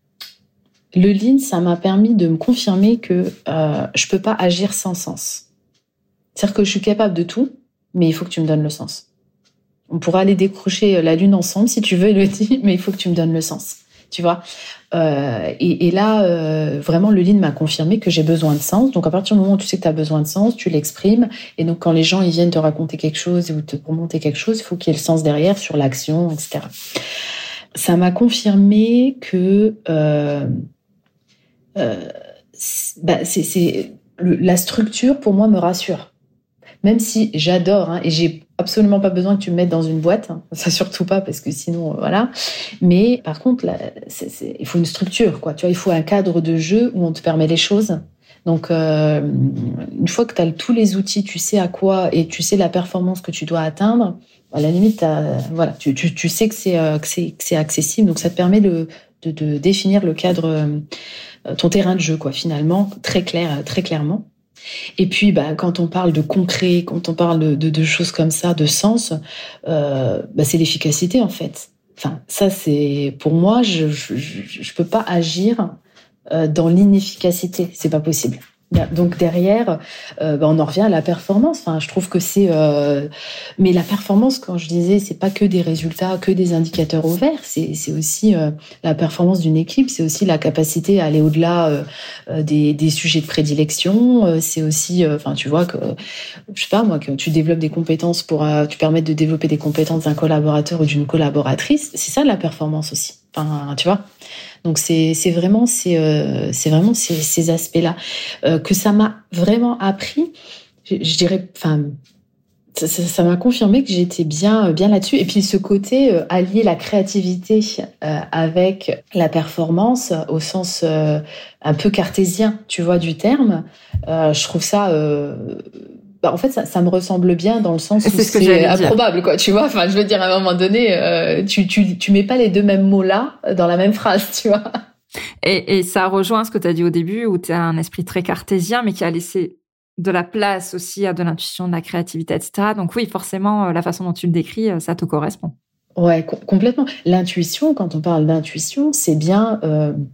le Lean, ça m'a permis de me confirmer que euh, je peux pas agir sans sens. C'est-à-dire que je suis capable de tout, mais il faut que tu me donnes le sens. On pourra aller décrocher la lune ensemble si tu veux, Elodie, mais il faut que tu me donnes le sens. Tu vois, euh, et, et là, euh, vraiment, le Lean m'a confirmé que j'ai besoin de sens. Donc, à partir du moment où tu sais que tu as besoin de sens, tu l'exprimes. Et donc, quand les gens ils viennent te raconter quelque chose ou te remonter quelque chose, il faut qu'il y ait le sens derrière sur l'action, et cetera. Ça m'a confirmé que euh, euh, c'est, bah, c'est, c'est le, la structure pour moi me rassure. Même si j'adore, hein, et j'ai absolument pas besoin que tu me mettes dans une boîte, hein, ça surtout pas, parce que sinon, euh, voilà. Mais par contre, là, c'est, c'est, il faut une structure, quoi. Tu vois, il faut un cadre de jeu où on te permet les choses. Donc, euh, une fois que tu as tous les outils, tu sais à quoi, et tu sais la performance que tu dois atteindre, à la limite, t'as, voilà, tu, tu, tu sais que c'est, euh, que c'est, que c'est accessible. Donc, ça te permet de, de, de définir le cadre, euh, ton terrain de jeu, quoi, finalement, très clair, très clairement. Et puis, bah, quand on parle de concret, quand on parle de, de, de choses comme ça, de sens, euh, bah, c'est l'efficacité en fait. Enfin, ça c'est pour moi, je je, je peux pas agir euh, dans l'inefficacité, c'est pas possible. Donc derrière, euh, bah, on en revient à la performance. Enfin, je trouve que c'est, euh... mais la performance, quand je disais, c'est pas que des résultats, que des indicateurs au vert. C'est, c'est aussi euh, la performance d'une équipe. C'est aussi la capacité à aller au-delà euh, des, des sujets de prédilection. Euh, c'est aussi, enfin, euh, tu vois que, je sais pas moi, que tu développes des compétences pour, euh, tu permets de développer des compétences d'un collaborateur ou d'une collaboratrice. C'est ça la performance aussi. Enfin, tu vois. Donc c'est c'est vraiment c'est euh, c'est vraiment ces, ces aspects-là euh, que ça m'a vraiment appris. Je, je dirais, enfin, ça, ça, ça m'a confirmé que j'étais bien bien là-dessus. Et puis ce côté euh, allier la créativité euh, avec la performance au sens euh, un peu cartésien, tu vois, du terme. Euh, je trouve ça. Euh, Bah, en fait, ça, ça me ressemble bien dans le sens où c'est, ce c'est improbable, quoi. Tu vois, enfin, je veux dire, à un moment donné, euh, tu, tu, tu mets pas les deux mêmes mots-là dans la même phrase, tu vois. Et, et ça rejoint ce que tu as dit au début, où tu as un esprit très cartésien, mais qui a laissé de la place aussi à de l'intuition, de la créativité, et cetera. Donc oui, forcément, la façon dont tu le décris, ça te correspond. Ouais, com- complètement. L'intuition, quand on parle d'intuition, c'est bien... Euh,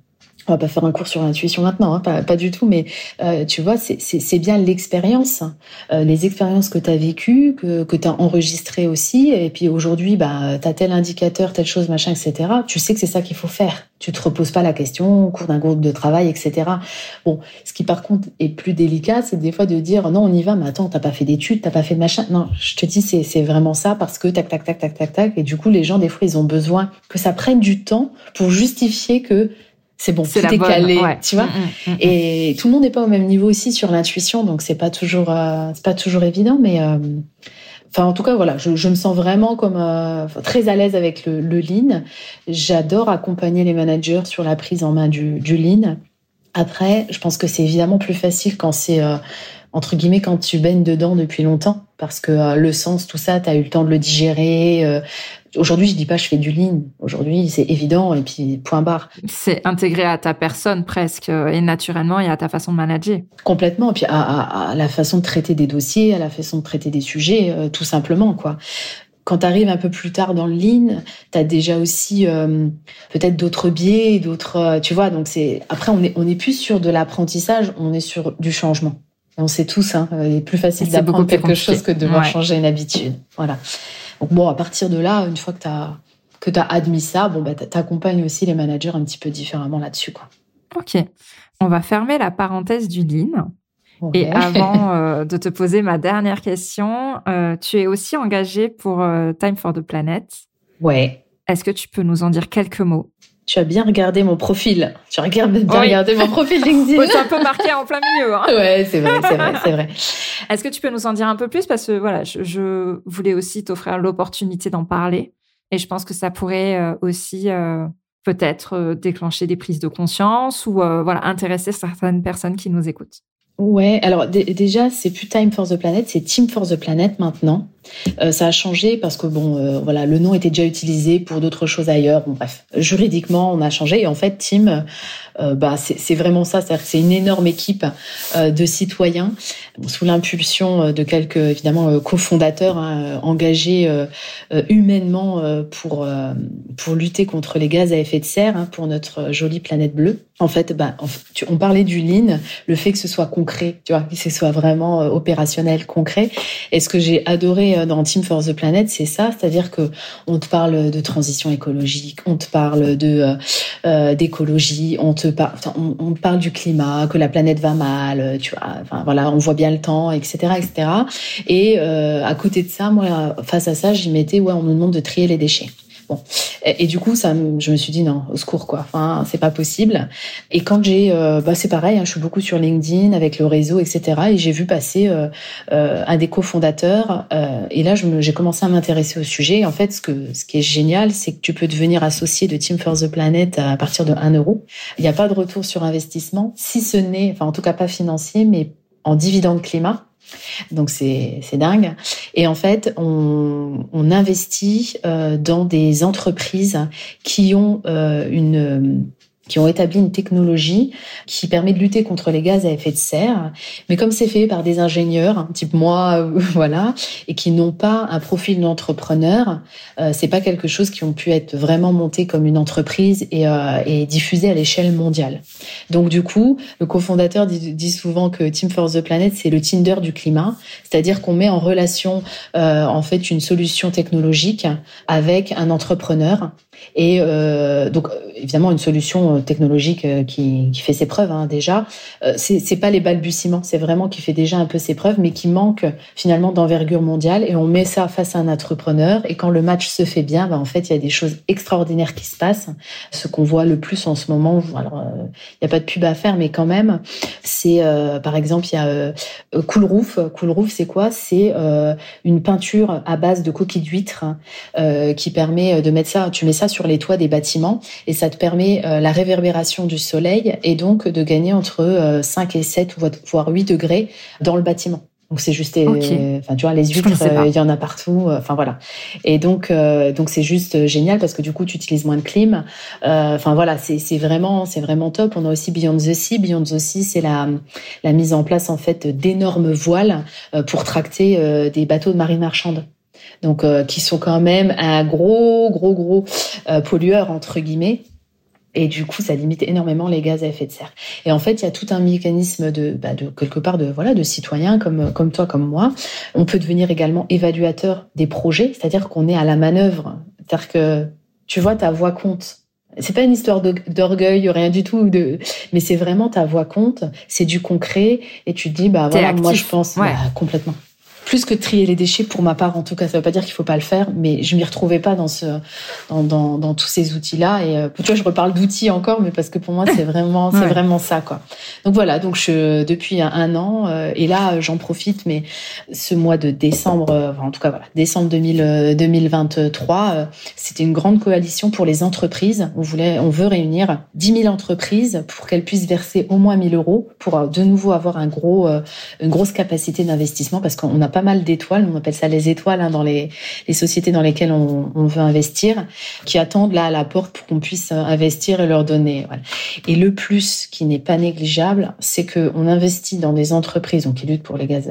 On va pas faire un cours sur l'intuition maintenant, hein, pas, pas du tout, mais euh, tu vois, c'est, c'est, c'est bien l'expérience, euh, les expériences que tu as vécues, que, que tu as enregistrées aussi, et puis aujourd'hui, bah, tu as tel indicateur, telle chose, machin, et cetera. Tu sais que c'est ça qu'il faut faire. Tu te reposes pas la question au cours d'un groupe de travail, et cetera. Bon, ce qui par contre est plus délicat, c'est des fois de dire non, on y va, mais attends, t'as pas fait d'études, t'as pas fait de machin. Non, je te dis, c'est, c'est vraiment ça parce que tac, tac, tac, tac, tac, tac, et du coup, les gens, des fois, ils ont besoin que ça prenne du temps pour justifier que c'est bon, c'est tout est bonne, calé, ouais. tu vois. Mmh, mmh, et tout le monde n'est pas au même niveau aussi sur l'intuition, donc c'est pas toujours, euh, c'est pas toujours évident, mais euh, enfin en tout cas voilà, je, je me sens vraiment comme euh, très à l'aise avec le, le lean. J'adore accompagner les managers sur la prise en main du, du lean. Après, je pense que c'est évidemment plus facile quand c'est euh, entre guillemets quand tu baignes dedans depuis longtemps, parce que euh, le sens, tout ça, t'as eu le temps de le digérer. Euh, Aujourd'hui, je dis pas je fais du lean. Aujourd'hui, c'est évident et puis point barre. C'est intégré à ta personne presque et naturellement et à ta façon de manager. Complètement. Et puis à, à, à la façon de traiter des dossiers, à la façon de traiter des sujets, euh, tout simplement, quoi. Quand tu arrives un peu plus tard dans le lean, tu as déjà aussi euh, peut-être d'autres biais, d'autres, euh, tu vois. Donc c'est après on est on est plus sur de l'apprentissage, on est sur du changement. Et on sait tous, hein, il est plus facile c'est d'apprendre quelque compliqué. chose que de devoir ouais. changer une habitude. Voilà. Donc bon, à partir de là, une fois que tu as que tu as admis ça, bon bah t'accompagnes aussi les managers un petit peu différemment là-dessus, quoi. Ok. On va fermer la parenthèse du lean. Ouais. Et avant euh, de te poser ma dernière question, euh, tu es aussi engagée pour euh, Time for the Planet. Ouais. Est-ce que tu peux nous en dire quelques mots? Tu as bien regardé mon profil. Tu as bien oui. regardé mon profil LinkedIn. C'est un peu marqué en plein milieu. Hein. Ouais, c'est vrai, c'est vrai, c'est vrai. Est-ce que tu peux nous en dire un peu plus? Parce que voilà, je, je voulais aussi t'offrir l'opportunité d'en parler. Et je pense que ça pourrait euh, aussi euh, peut-être euh, déclencher des prises de conscience ou euh, voilà, intéresser certaines personnes qui nous écoutent. Ouais, alors d- déjà, c'est plus Time for the Planet, c'est Team for the Planet maintenant. Euh, ça a changé parce que bon, euh, voilà, le nom était déjà utilisé pour d'autres choses ailleurs. Bon, bref, juridiquement, on a changé. Et en fait, Team, euh, bah, c'est, c'est vraiment ça. C'est-à-dire que c'est une énorme équipe euh, de citoyens sous l'impulsion de quelques évidemment euh, cofondateurs hein, engagés euh, euh, humainement euh, pour euh, pour lutter contre les gaz à effet de serre, hein, pour notre jolie planète bleue. En fait, bah, on, tu, on parlait du lean, le fait que ce soit concret, tu vois, que ce soit vraiment euh, opérationnel, concret. Et ce que j'ai adoré dans Team for the Planet, c'est ça, c'est-à-dire que on te parle de transition écologique, on te parle de euh, d'écologie, on te parle, enfin, on, on te parle du climat, que la planète va mal, tu vois, enfin voilà, on voit bien le temps, et cetera, et cetera. Et euh, à côté de ça, moi, face à ça, j'y mettais, ouais, on nous demande de trier les déchets. Bon. Et, et du coup, ça, je me suis dit non, au secours quoi. Enfin, c'est pas possible. Et quand j'ai, euh, bah c'est pareil, hein, je suis beaucoup sur LinkedIn avec le réseau, et cetera. Et j'ai vu passer euh, euh, un des cofondateurs. Euh, et là, je me, j'ai commencé à m'intéresser au sujet. Et en fait, ce que, ce qui est génial, c'est que tu peux devenir associé de Team for the Planet à partir de un euro. Il n'y a pas de retour sur investissement, si ce n'est, enfin en tout cas pas financier, mais en dividende climat. Donc c'est c'est dingue. Et en fait, on on investit euh, dans des entreprises qui ont euh, une qui ont établi une technologie qui permet de lutter contre les gaz à effet de serre, mais comme c'est fait par des ingénieurs, type moi, euh, voilà, et qui n'ont pas un profil d'entrepreneur, euh, c'est pas quelque chose qui ont pu être vraiment monté comme une entreprise et, euh, et diffusé à l'échelle mondiale. Donc du coup, le cofondateur dit, dit souvent que Team for the Planet, c'est le Tinder du climat, c'est-à-dire qu'on met en relation euh, en fait une solution technologique avec un entrepreneur. Et euh, donc évidemment une solution technologique qui, qui fait ses preuves hein, déjà. Euh, c'est, c'est pas les balbutiements, c'est vraiment qui fait déjà un peu ses preuves, mais qui manque finalement d'envergure mondiale. Et on met ça face à un entrepreneur. Et quand le match se fait bien, bah, en fait il y a des choses extraordinaires qui se passent. Ce qu'on voit le plus en ce moment, alors il euh, y a pas de pub à faire, mais quand même, c'est euh, par exemple il y a euh, Cool Roof. Cool Roof, c'est quoi? C'est euh, une peinture à base de coquilles d'huîtres euh, qui permet de mettre ça. Tu mets ça sur les toits des bâtiments et ça te permet euh, la réverbération du soleil et donc de gagner entre euh, cinq et sept voire huit degrés dans le bâtiment. Donc c'est juste, okay. Enfin tu vois les huîtres, il euh, y en a partout. Enfin voilà. Et donc euh, donc c'est juste génial parce que du coup tu utilises moins de clim. Enfin euh, voilà, c'est c'est vraiment c'est vraiment top. On a aussi Beyond the Sea. Beyond the Sea, c'est la la mise en place en fait d'énormes voiles euh, pour tracter euh, des bateaux de marine marchande. Donc euh, qui sont quand même un gros gros gros euh, pollueur entre guillemets. Et du coup, ça limite énormément les gaz à effet de serre. Et en fait, il y a tout un mécanisme de, bah, de quelque part de voilà de citoyens comme comme toi, comme moi. On peut devenir également évaluateur des projets, c'est-à-dire qu'on est à la manœuvre. C'est-à-dire que tu vois, ta voix compte. C'est pas une histoire de, d'orgueil, rien du tout, de, mais c'est vraiment ta voix compte. C'est du concret, et tu te dis bah voilà, moi je pense ouais. bah, complètement. Plus que trier les déchets, pour ma part, en tout cas, ça veut pas dire qu'il faut pas le faire, mais je m'y retrouvais pas dans ce, dans, dans, dans tous ces outils-là. Et euh, tu vois, je reparle d'outils encore, mais parce que pour moi, c'est vraiment, ouais. c'est vraiment ça, quoi. Donc voilà. Donc je, depuis un, un an, euh, et là, j'en profite, mais ce mois de décembre, euh, enfin, en tout cas, voilà, décembre deux mille, euh, deux mille vingt-trois, euh, c'était une grande coalition pour les entreprises. On voulait, on veut réunir dix mille entreprises pour qu'elles puissent verser au moins mille euros pour euh, de nouveau avoir un gros, euh, une grosse capacité d'investissement, parce qu'on n'a pas mal d'étoiles, on appelle ça les étoiles hein, dans les, les sociétés dans lesquelles on, on veut investir, qui attendent là à la porte pour qu'on puisse investir et leur donner. Voilà. Et le plus qui n'est pas négligeable, c'est que on investit dans des entreprises donc qui luttent pour les gaz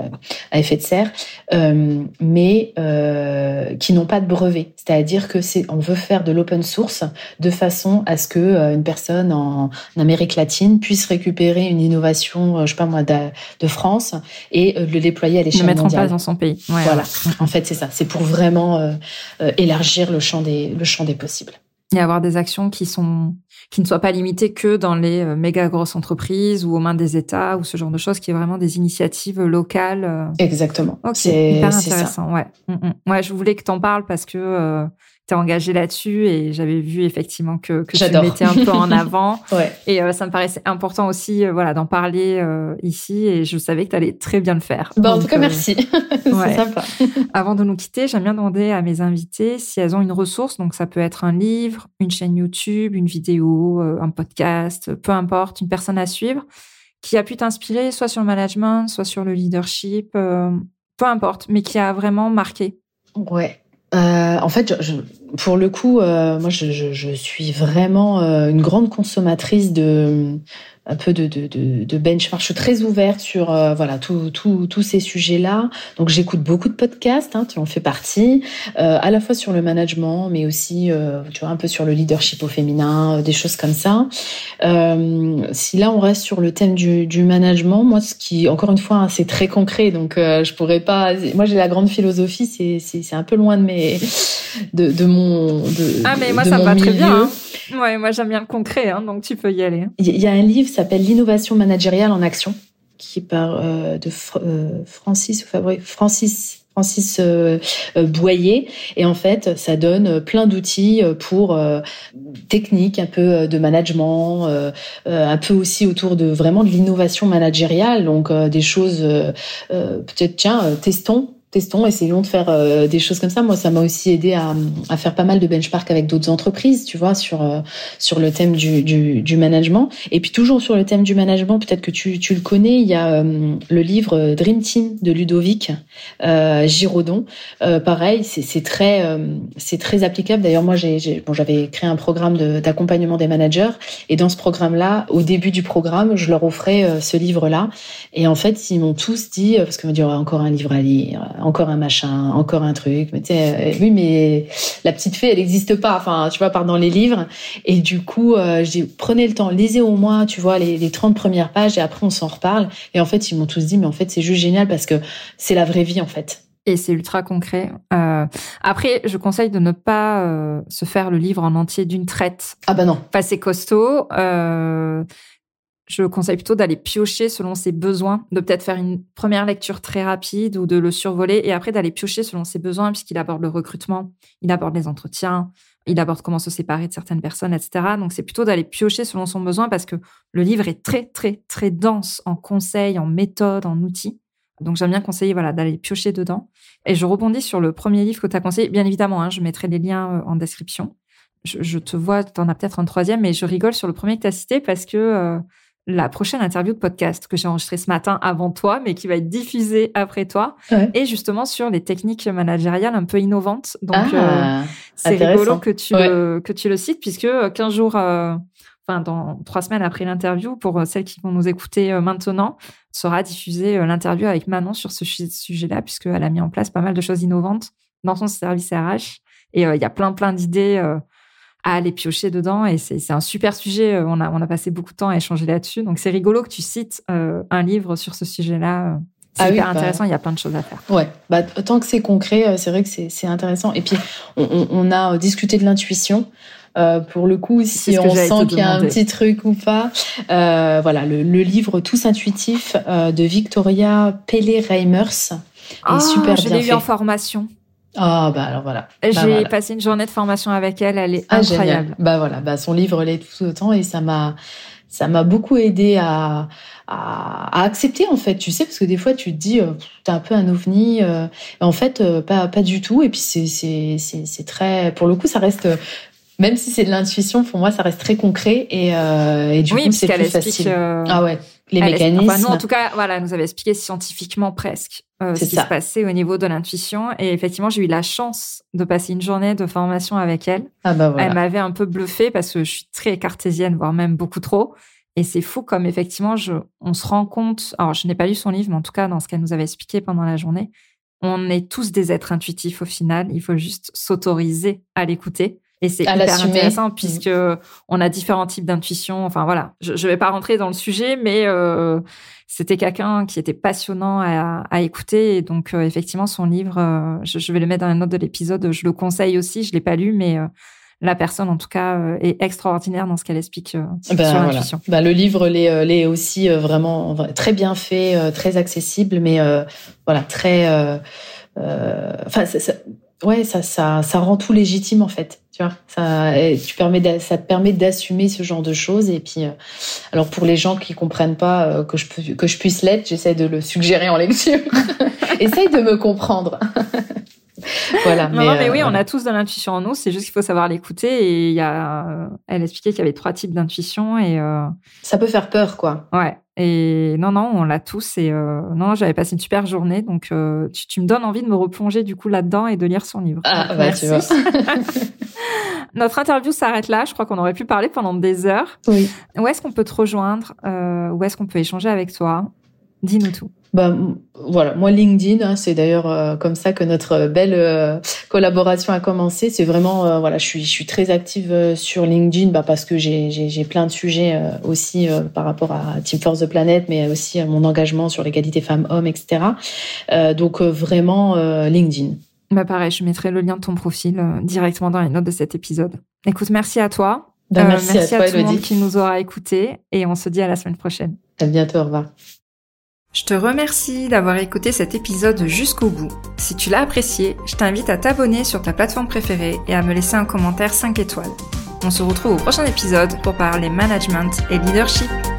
à effet de serre, euh, mais euh, qui n'ont pas de brevet. C'est-à-dire que c'est, on veut faire de l'open source de façon à ce que euh, une personne en, en Amérique latine puisse récupérer une innovation, euh, je sais pas moi, de, de France et euh, le déployer à l'échelle mettre mondiale. en place dans son pays. Ouais, voilà. Ouais. En fait, c'est ça. C'est pour vraiment euh, euh, élargir le champ des le champ des possibles. Et avoir des actions qui sont qui ne soient pas limitées que dans les euh, méga grosses entreprises ou aux mains des États ou ce genre de choses, qui est vraiment des initiatives locales. Euh... Exactement. Okay. C'est hyper c'est intéressant. Ça. Ouais. Mm-mm. Ouais, je voulais que t'en parles parce que euh, t'es engagée là-dessus et j'avais vu effectivement que, que tu le mettais un peu en avant. ouais. Et euh, ça me paraissait important aussi, euh, voilà, d'en parler euh, ici. Et je savais que t'allais très bien le faire. Bah, Donc, en tout cas, euh, merci. c'est ouais. sympa. Avant de nous quitter, j'aime bien demander à mes invités si elles ont une ressource. Donc, ça peut être un livre, une chaîne YouTube, une vidéo, euh, un podcast, peu importe, une personne à suivre qui a pu t'inspirer soit sur le management, soit sur le leadership, euh, peu importe, mais qui a vraiment marqué. Ouais. Euh, en fait, je, je, pour le coup, euh, moi, je, je, je suis vraiment euh, une grande consommatrice de un peu de, de, de, de benchmark. Je suis très ouverte sur euh, voilà tous tout, tout ces sujets-là. Donc, j'écoute beaucoup de podcasts, hein, tu en fais partie, euh, à la fois sur le management, mais aussi euh, tu vois un peu sur le leadership au féminin, euh, des choses comme ça. Euh, si là on reste sur le thème du, du management, moi, ce qui encore une fois, hein, c'est très concret, donc euh, je pourrais pas. Moi, j'ai la grande philosophie, c'est c'est, c'est un peu loin de mes de, de mon de, ah mais de, moi de ça me va milieu. très bien. Hein. Ouais, moi j'aime bien le concret, hein, donc tu peux y aller. Il y a un livre qui s'appelle L'innovation managériale en action, qui est par euh, de euh, Francis Francis Francis euh, euh, Boyer, et en fait ça donne plein d'outils pour euh, techniques un peu de management, euh, euh, un peu aussi autour de vraiment de l'innovation managériale, donc euh, des choses euh, euh, peut-être tiens euh, testons Testons, essayons de faire euh, des choses comme ça. Moi, ça m'a aussi aidé à, à faire pas mal de benchmark avec d'autres entreprises, tu vois, sur euh, sur le thème du, du, du management. Et puis toujours sur le thème du management, peut-être que tu, tu le connais, il y a euh, le livre Dream Team de Ludovic euh, Giraudon. Euh, pareil, c'est, c'est très euh, c'est très applicable. D'ailleurs, moi, j'ai, j'ai bon, j'avais créé un programme de, d'accompagnement des managers, et dans ce programme-là, au début du programme, je leur offrais euh, ce livre-là. Et en fait, ils m'ont tous dit, parce qu'ils me disaient, encore un livre à lire. Encore un machin, encore un truc. Mais tu sais, euh, oui, mais la petite fée, elle n'existe pas. Enfin, tu vois, part dans les livres. Et du coup, euh, je dis, prenez le temps, lisez au moins, tu vois, les, les trente premières pages, et après, on s'en reparle. Et en fait, ils m'ont tous dit, mais en fait, c'est juste génial parce que c'est la vraie vie, en fait. Et c'est ultra concret. Euh, après, je conseille de ne pas euh, se faire le livre en entier d'une traite. Ah bah non. Enfin, c'est costaud. Euh, Je conseille plutôt d'aller piocher selon ses besoins, de peut-être faire une première lecture très rapide ou de le survoler, et après d'aller piocher selon ses besoins, puisqu'il aborde le recrutement, il aborde les entretiens, il aborde comment se séparer de certaines personnes, et cetera. Donc, c'est plutôt d'aller piocher selon son besoin, parce que le livre est très, très, très dense en conseils, en méthodes, en outils. Donc, j'aime bien conseiller voilà, d'aller piocher dedans. Et je rebondis sur le premier livre que tu as conseillé. Bien évidemment, hein, je mettrai les liens en description. Je, je te vois, tu en as peut-être un troisième, mais je rigole sur le premier que tu as cité parce que... Euh, la prochaine interview de podcast que j'ai enregistrée ce matin avant toi, mais qui va être diffusée après toi, ouais. Et justement sur les techniques managériales un peu innovantes. Donc, ah, euh, c'est rigolo que tu, ouais. le, que tu le cites, puisque quinze jours, euh, enfin, dans trois semaines après l'interview, pour celles qui vont nous écouter maintenant, sera diffusée l'interview avec Manon sur ce sujet-là, puisqu'elle a mis en place pas mal de choses innovantes dans son service R H. Et il euh, y a plein, plein d'idées... Euh, à aller piocher dedans. Et c'est, c'est un super sujet. On a, on a passé beaucoup de temps à échanger là-dessus. Donc, c'est rigolo que tu cites euh, un livre sur ce sujet-là. C'est ah hyper oui, intéressant, bah, il y a plein de choses à faire. Ouais, bah, tant que c'est concret, c'est vrai que c'est, c'est intéressant. Et puis, on, on, on a discuté de l'intuition. Euh, pour le coup, si on sent qu'il y a un petit truc ou pas. Euh, voilà, le, le livre Tous intuitifs euh, de Victoria Pelley-Reimers est oh, super je bien l'ai fait. eu en formation. Ah bah alors voilà. J'ai bah, voilà. passé une journée de formation avec elle, elle est ah, incroyable. Génial. Bah voilà, bah son livre l'est tout autant et ça m'a ça m'a beaucoup aidé à, à à accepter en fait, tu sais, parce que des fois tu te dis euh, t'es un peu un ovni, euh, en fait euh, pas pas du tout et puis c'est c'est c'est c'est très pour le coup ça reste même si c'est de l'intuition, pour moi, ça reste très concret et, euh, et du oui, coup, c'est plus explique, facile. Euh... Ah ouais, les elle mécanismes. Enfin, nous, en tout cas, voilà, elle nous avait expliqué scientifiquement presque euh, ce qui ça. se passait au niveau de l'intuition. Et effectivement, j'ai eu la chance de passer une journée de formation avec elle. Ah bah voilà. Elle m'avait un peu bluffée parce que je suis très cartésienne, voire même beaucoup trop. Et c'est fou comme effectivement, je, on se rend compte. Alors, je n'ai pas lu son livre, mais en tout cas, dans ce qu'elle nous avait expliqué pendant la journée, on est tous des êtres intuitifs au final. Il faut juste s'autoriser à l'écouter. Et c'est à hyper l'assumer. Intéressant puisque mmh. on a différents types d'intuition. Enfin voilà, je ne vais pas rentrer dans le sujet, mais euh, c'était quelqu'un qui était passionnant à, à écouter. Et donc euh, effectivement, son livre, euh, je, je vais le mettre dans les notes de l'épisode. Je le conseille aussi. Je l'ai pas lu, mais euh, la personne en tout cas euh, est extraordinaire dans ce qu'elle explique euh, ben, sur voilà. l'intuition. Ben, le livre l'est, l'est aussi euh, vraiment très bien fait, euh, très accessible, mais euh, voilà très. Enfin, euh, ouais, ça, ça, ça rend tout légitime en fait. Tu vois, ça, tu permets, ça te permet d'assumer ce genre de choses. Et puis, euh, alors pour les gens qui comprennent pas euh, que je peux, que je puisse l'être, j'essaie de le suggérer en lecture. Essaye de me comprendre. Voilà. Non, mais, non, mais euh, oui, voilà. On a tous de l'intuition en nous. C'est juste qu'il faut savoir l'écouter. Et il y a, elle expliquait qu'il y avait trois types d'intuition et euh... ça peut faire peur, quoi. Ouais. Et non, non, on l'a tous. Et euh, non, j'avais passé une super journée. Donc, euh, tu, tu me donnes envie de me replonger du coup là-dedans et de lire son livre. Ah, donc, bah, merci. Tu vois. Notre interview s'arrête là. Je crois qu'on aurait pu parler pendant des heures. Oui. Où est-ce qu'on peut te rejoindre euh, Où est-ce qu'on peut échanger avec toi? Dis-nous tout. Bah voilà, moi LinkedIn, hein, c'est d'ailleurs euh, comme ça que notre belle euh, collaboration a commencé. C'est vraiment euh, voilà, je suis je suis très active euh, sur LinkedIn, bah parce que j'ai j'ai j'ai plein de sujets euh, aussi euh, par rapport à Team Force the Planet, mais aussi à mon engagement sur l'égalité femmes-hommes, et cetera. Euh, donc euh, vraiment euh, LinkedIn. Bah pareil, je mettrai le lien de ton profil euh, directement dans les notes de cet épisode. Écoute, merci à toi. Bah, merci, euh, merci à, toi, à tout Elodie. le monde qui nous aura écoutés et on se dit à la semaine prochaine. À bientôt, au revoir. Je te remercie d'avoir écouté cet épisode jusqu'au bout. Si tu l'as apprécié, je t'invite à t'abonner sur ta plateforme préférée et à me laisser un commentaire cinq étoiles. On se retrouve au prochain épisode pour parler management et leadership.